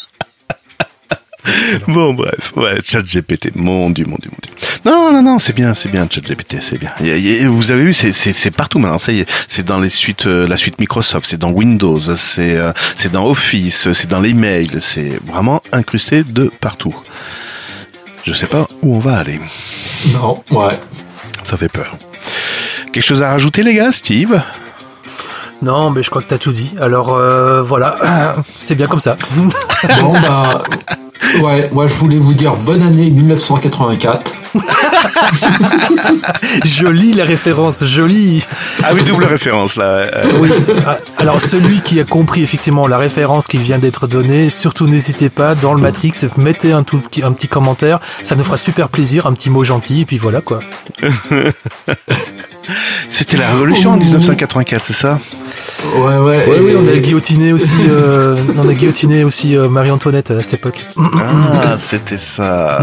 Bon, bref, ouais, ChatGPT, mon Dieu, mon Dieu, mon Dieu. Non, non, non, c'est bien, c'est bien, ChatGPT, c'est bien. Y a, y a, vous avez vu, c'est, c'est, c'est partout maintenant. Ça y est, c'est dans les suites, euh, la suite Microsoft, c'est dans Windows, c'est, euh, c'est dans Office, c'est dans les mails, c'est vraiment incrusté de partout. Je sais pas où on va aller. Non, ouais. Ça fait peur. Quelque chose à rajouter, les gars, Steve? Non, mais je crois que t'as tout dit. Alors euh, voilà, c'est bien comme ça. Bon bah, ouais, moi je voulais vous dire bonne année dix-neuf cent quatre-vingt-quatre. Jolie la référence, jolie. Ah oui, double référence là. Euh... Oui. Alors celui qui a compris effectivement la référence qui vient d'être donnée, surtout n'hésitez pas dans le Matrix, mettez un tout un petit commentaire, ça nous fera super plaisir, un petit mot gentil et puis voilà quoi. C'était la révolution en dix-neuf cent quatre-vingt-quatre, c'est ça? Ouais, ouais. Oui, oui, on a guillotiné aussi, euh, on a guillotiné aussi euh, Marie-Antoinette à cette époque. Ah, c'était ça.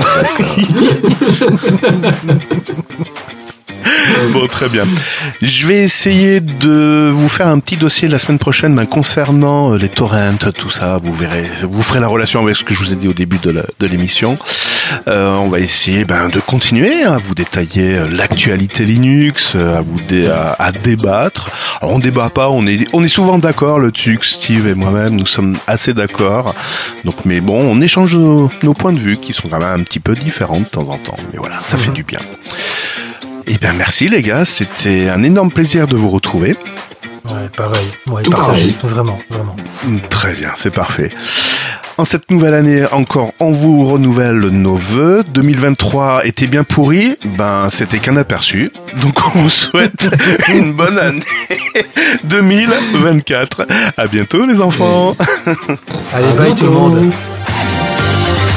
Bon, très bien. Je vais essayer de vous faire un petit dossier la semaine prochaine ben, concernant les torrents, tout ça. Vous verrez, vous ferez la relation avec ce que je vous ai dit au début de, la, de l'émission. Euh, on va essayer ben, de continuer à vous détailler l'actualité Linux, à vous dé- à, à débattre. Alors on débat pas, on est on est souvent d'accord, le T U X, Steve et moi-même, nous sommes assez d'accord. Donc, mais bon, on échange nos, nos points de vue qui sont quand même un petit peu différents de temps en temps. Mais voilà, ça mmh. fait du bien. Eh bien, merci les gars, c'était un énorme plaisir de vous retrouver. Ouais, pareil. Ouais, Tout partagé. pareil. Vraiment, vraiment. Très bien, c'est parfait. En cette nouvelle année, encore, on vous renouvelle nos vœux. deux mille vingt-trois était bien pourri, ben c'était qu'un aperçu. Donc on vous souhaite une bonne année deux mille vingt-quatre. À bientôt les enfants. Allez, bye tout le monde.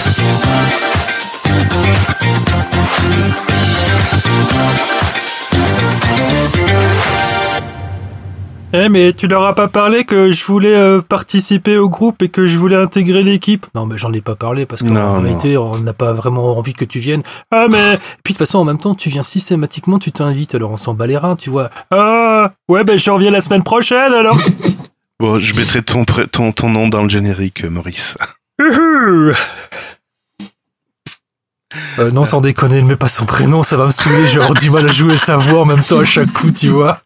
Eh mais tu leur as pas parlé que je voulais euh, participer au groupe et que je voulais intégrer l'équipe? Non mais j'en ai pas parlé parce qu'en vérité on n'a pas vraiment envie que tu viennes. Ah mais puis de toute façon en même temps tu viens systématiquement, tu t'invites, alors on s'en bat les reins, tu vois. Ah ouais ben je reviens la semaine prochaine alors. Bon, je mettrai ton, ton, ton nom dans le générique, Maurice. euh, non sans déconner, ne mets pas son prénom, ça va me saouler, je vais avoir du mal à jouer sa voix en même temps à chaque coup, tu vois.